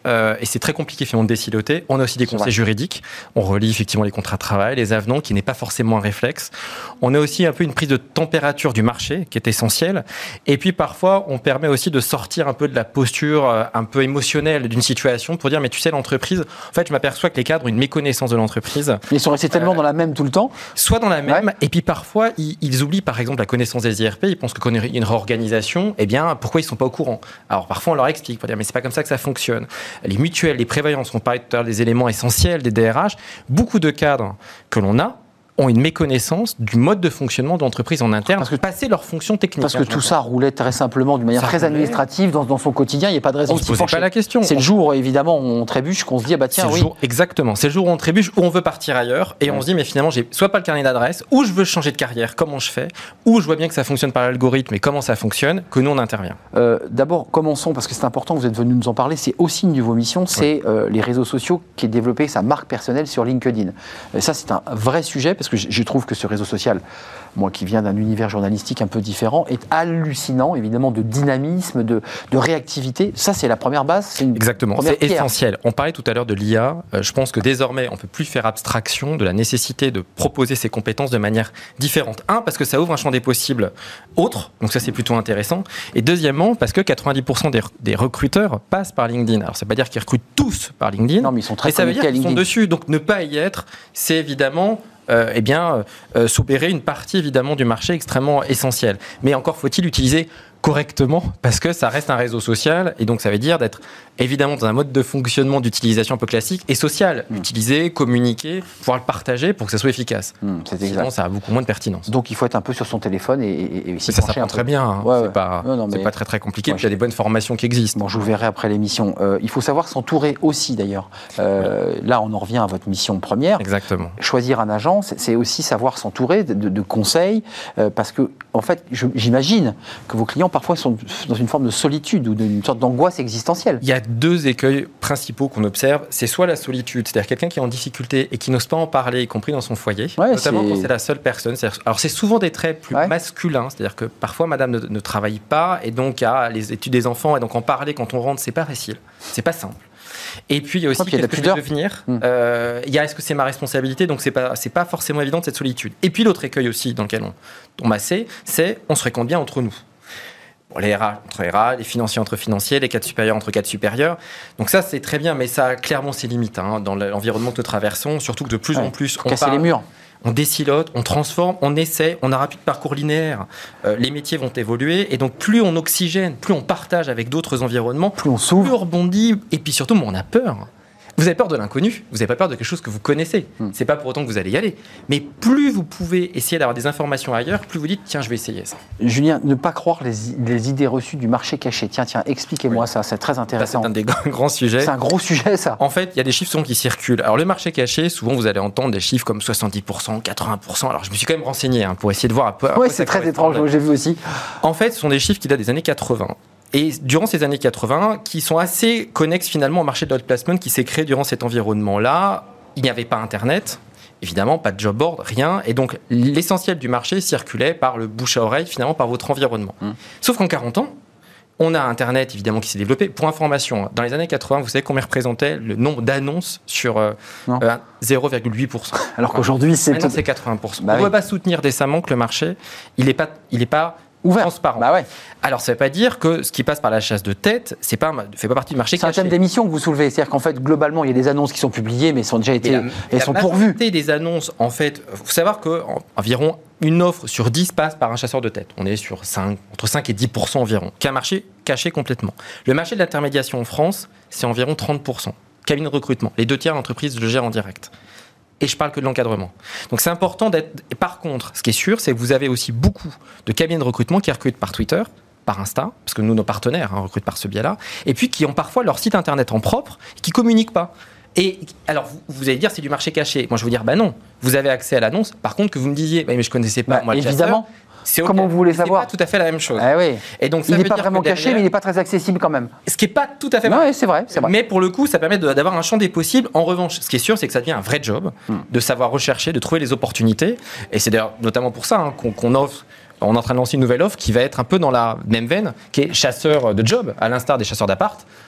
euh, et c'est très compliqué finalement de désiloter. On a aussi des conseils juridiques. On relie effectivement les contrats de travail, les avenants, qui n'est pas forcément un réflexe. On a aussi un peu une prise de température du marché qui est essentielle. Et puis parfois, on permet aussi de sortir un peu de la posture euh, un peu émotionnelle d'une situation pour dire, mais tu sais, l'entreprise, en fait, je m'aperçois que les cadres ont une méconnaissance de l'entreprise. Ils sont restés tellement euh, dans la même tout le temps. Soit dans la même, ouais. Et puis parfois, ils, ils oublient par exemple la connaissance des I R P. Ils pensent que quand il y a une réorganisation, eh bien, pourquoi ils ne sont pas au courant? Alors parfois, on leur explique, pour dire, mais c'est pas comme ça que ça fonctionne. Les mutuelles, les prévoyances, on parlait tout à l'heure des éléments essentiels des D R H. Beaucoup de cadres que l'on a ont une méconnaissance du mode de fonctionnement de l'entreprise en interne, parce que passer leurs fonctions techniques. Parce que tout ça roulait très simplement, d'une manière ça très roulait. administrative, dans, dans son quotidien, il n'y a pas de raison on de s'y pencher. On ne se posait pas la question. C'est le jour, évidemment, où on trébuche, qu'on se dit, ah bah tiens, c'est oui. Le jour, exactement, c'est le jour où on trébuche, où on veut partir ailleurs, et ouais. on se dit, mais finalement, j'ai soit pas le carnet d'adresse, ou je veux changer de carrière, comment je fais, ou je vois bien que ça fonctionne par l'algorithme, et comment ça fonctionne, que nous, on intervient. Euh, d'abord, commençons, parce que c'est important, vous êtes venu nous en parler, c'est aussi une de vos missions, c'est ouais. euh, les réseaux sociaux, qui est développé sa marque personnelle sur LinkedIn. Et ça, c'est un vrai sujet, parce que je, je trouve que ce réseau social, moi qui viens d'un univers journalistique un peu différent, est hallucinant, évidemment, de dynamisme, de, de réactivité. Ça, c'est la première base. C'est une Exactement, première c'est pierre. essentiel. On parlait tout à l'heure de l'I A. Euh, je pense que désormais, on ne peut plus faire abstraction de la nécessité de proposer ces compétences de manière différente. Un, parce que ça ouvre un champ des possibles autre, donc ça, c'est plutôt intéressant. Et deuxièmement, parce que quatre-vingt-dix pour cent des, des recruteurs passent par LinkedIn. Alors, ça ne veut pas dire qu'ils recrutent tous par LinkedIn, non, mais ils sont très mais ça veut dire qu'ils sont dessus. Donc, ne pas y être, c'est évidemment... Euh, eh bien, euh, s'opérer une partie évidemment du marché extrêmement essentielle. Mais encore faut-il utiliser correctement, parce que ça reste un réseau social, et donc ça veut dire d'être évidemment dans un mode de fonctionnement d'utilisation un peu classique et social. Mmh. Utiliser, communiquer, pouvoir le partager pour que ça soit efficace. Mmh, c'est exact. Sinon, ça a beaucoup moins de pertinence. Donc il faut être un peu sur son téléphone et, et, et s'y ça s'apprend très bien. Hein. Ouais, c'est ouais. pas, non, non, c'est pas très très compliqué. Ouais, puis il y a des bonnes formations qui existent. Bon, je vous verrai après l'émission. Euh, il faut savoir s'entourer aussi d'ailleurs. Euh, ouais. Là, on en revient à votre mission première. Exactement. Choisir un agent, c'est, c'est aussi savoir s'entourer de, de, de conseils, euh, parce que en fait, je, j'imagine que vos clients parfois sont dans une forme de solitude ou d'une sorte d'angoisse existentielle. Il y a deux écueils principaux qu'on observe. C'est soit la solitude, c'est-à-dire quelqu'un qui est en difficulté et qui n'ose pas en parler, y compris dans son foyer, ouais, notamment c'est... quand c'est la seule personne. C'est-à-dire... Alors c'est souvent des traits plus ouais. masculins, c'est-à-dire que parfois madame ne, ne travaille pas et donc a les études des enfants et donc en parler quand on rentre, c'est pas facile, c'est pas simple. Et puis il y a aussi oh, qu'est-ce que je vais devenir. Il mmh. euh, y a est-ce que c'est ma responsabilité, donc c'est pas c'est pas forcément évident cette solitude. Et puis l'autre écueil aussi dans lequel on tombe assez, c'est on se fréquente bien entre nous. Bon, les R H entre R H, les financiers entre financiers, les cadres supérieurs entre cadres supérieurs. Donc ça, c'est très bien, mais ça a clairement ses limites hein, dans l'environnement que nous traversons, surtout que de plus ouais, en plus, on casser parle, les murs. On désilote, on transforme, on essaie, on n'aura plus de parcours linéaire. Euh, les métiers vont évoluer, et donc plus on oxygène, plus on partage avec d'autres environnements, plus on s'ouvre, plus on rebondit, et puis surtout, on a peur. Vous avez peur de l'inconnu, vous n'avez pas peur de quelque chose que vous connaissez. Hmm. C'est pas pour autant que vous allez y aller. Mais plus vous pouvez essayer d'avoir des informations ailleurs, plus vous dites, tiens, je vais essayer ça. Julien, ne pas croire les, les idées reçues du marché caché. Tiens, tiens, expliquez-moi oui. ça, c'est très intéressant. Ça, c'est un des grands sujets. C'est un gros sujet, ça. En fait, il y a des chiffres souvent qui circulent. Alors, le marché caché, souvent, vous allez entendre des chiffres comme soixante-dix pour cent, quatre-vingts pour cent. Alors, je me suis quand même renseigné hein, pour essayer de voir un peu. Oui, c'est très étrange, j'ai vu aussi. En fait, ce sont des chiffres qui datent des années quatre-vingts. Et durant ces années quatre-vingts, qui sont assez connexes finalement au marché de l'outplacement qui s'est créé durant cet environnement-là. Il n'y avait pas Internet, évidemment, pas de job board, rien. Et donc, l'essentiel du marché circulait par le bouche à oreille, finalement, par votre environnement. Mmh. Sauf qu'en quarante ans, on a Internet, évidemment, qui s'est développé. Pour information, dans les années quatre-vingts, vous savez combien représentait le nombre d'annonces sur euh, euh, zéro virgule huit pour cent. Alors qu'aujourd'hui, c'est... Maintenant, c'est quatre-vingts pour cent. Bah on ne oui. peut pas soutenir décemment que le marché, il n'est pas... Il est pas ouvert, transparent. Bah ouais. Alors, ça ne veut pas dire que ce qui passe par la chasse de tête, c'est pas, fait pas partie du marché c'est caché. C'est un thème d'émission que vous soulevez. C'est-à-dire qu'en fait, globalement, il y a des annonces qui sont publiées, mais elles sont déjà été, la, elles sont pourvues. La majorité des annonces, en fait, il faut savoir qu'environ une offre sur dix passe par un chasseur de tête. On est sur cinq, entre cinq et dix pour cent environ, qui est un marché caché complètement. Le marché de l'intermédiation en France, c'est environ trente pour cent. Cabinet de recrutement. Les deux tiers d'entreprises le gèrent en direct. Et je parle que de l'encadrement. Donc c'est important d'être... Et par contre, ce qui est sûr, c'est que vous avez aussi beaucoup de cabinets de recrutement qui recrutent par Twitter, par Insta, parce que nous, nos partenaires hein, recrutent par ce biais-là, et puis qui ont parfois leur site internet en propre, qui ne communiquent pas. Et alors, vous, vous allez dire, c'est du marché caché. Moi, je vais vous dire, bah non, vous avez accès à l'annonce. Par contre, que vous me disiez, bah, mais je ne connaissais pas, bah, moi, le évidemment. Chasseur, c'est okay. Comment vous voulez savoir ? C'est pas tout à fait la même chose. Ah oui. Et donc, ça il n'est pas vraiment caché, derrière, mais il n'est pas très accessible quand même. Ce qui n'est pas tout à fait vrai. Ouais, c'est vrai, c'est vrai. Mais pour le coup, ça permet de, d'avoir un champ des possibles. En revanche, ce qui est sûr, c'est que ça devient un vrai job hmm. de savoir rechercher, de trouver les opportunités. Et c'est d'ailleurs notamment pour ça hein, qu'on, qu'on offre. On est en train de lancer une nouvelle offre qui va être un peu dans la même veine, qui est chasseur de job, à l'instar des chasseurs d'appart.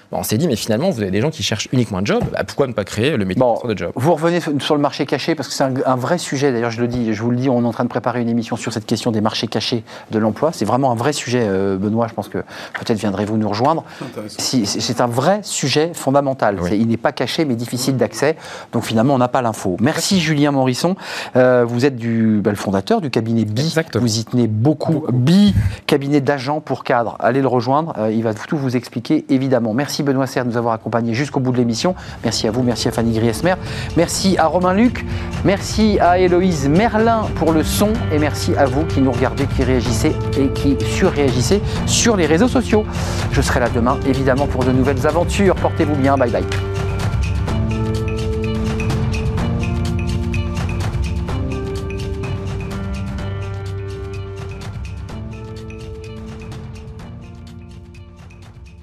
on s'est dit, mais finalement, vous avez des gens qui cherchent uniquement un job, bah, pourquoi ne pas créer le métier bon, de job? Vous revenez sur le marché caché, parce que c'est un, un vrai sujet, d'ailleurs je le dis, je vous le dis, on est en train de préparer une émission sur cette question des marchés cachés de l'emploi. C'est vraiment un vrai sujet, euh, Benoît, je pense que peut-être viendrez-vous nous rejoindre. Si, c'est un vrai sujet fondamental. Oui. Il n'est pas caché, mais difficile d'accès, donc finalement on n'a pas l'info. Merci Julien Morisson, euh, vous êtes du, bah, le fondateur du cabinet B I, exactement. Vous y tenez beaucoup. beaucoup. B I, cabinet d'agents pour cadres, allez le rejoindre, euh, il va tout vous expliquer évidemment. Merci Benoît Serre de nous avoir accompagnés jusqu'au bout de l'émission. Merci à vous, merci à Fanny Griesmer, merci à Romain Luc, merci à Héloïse Merlin pour le son et merci à vous qui nous regardez, qui réagissez et qui surréagissez sur les réseaux sociaux. Je serai là demain évidemment pour de nouvelles aventures. Portez-vous bien, bye bye.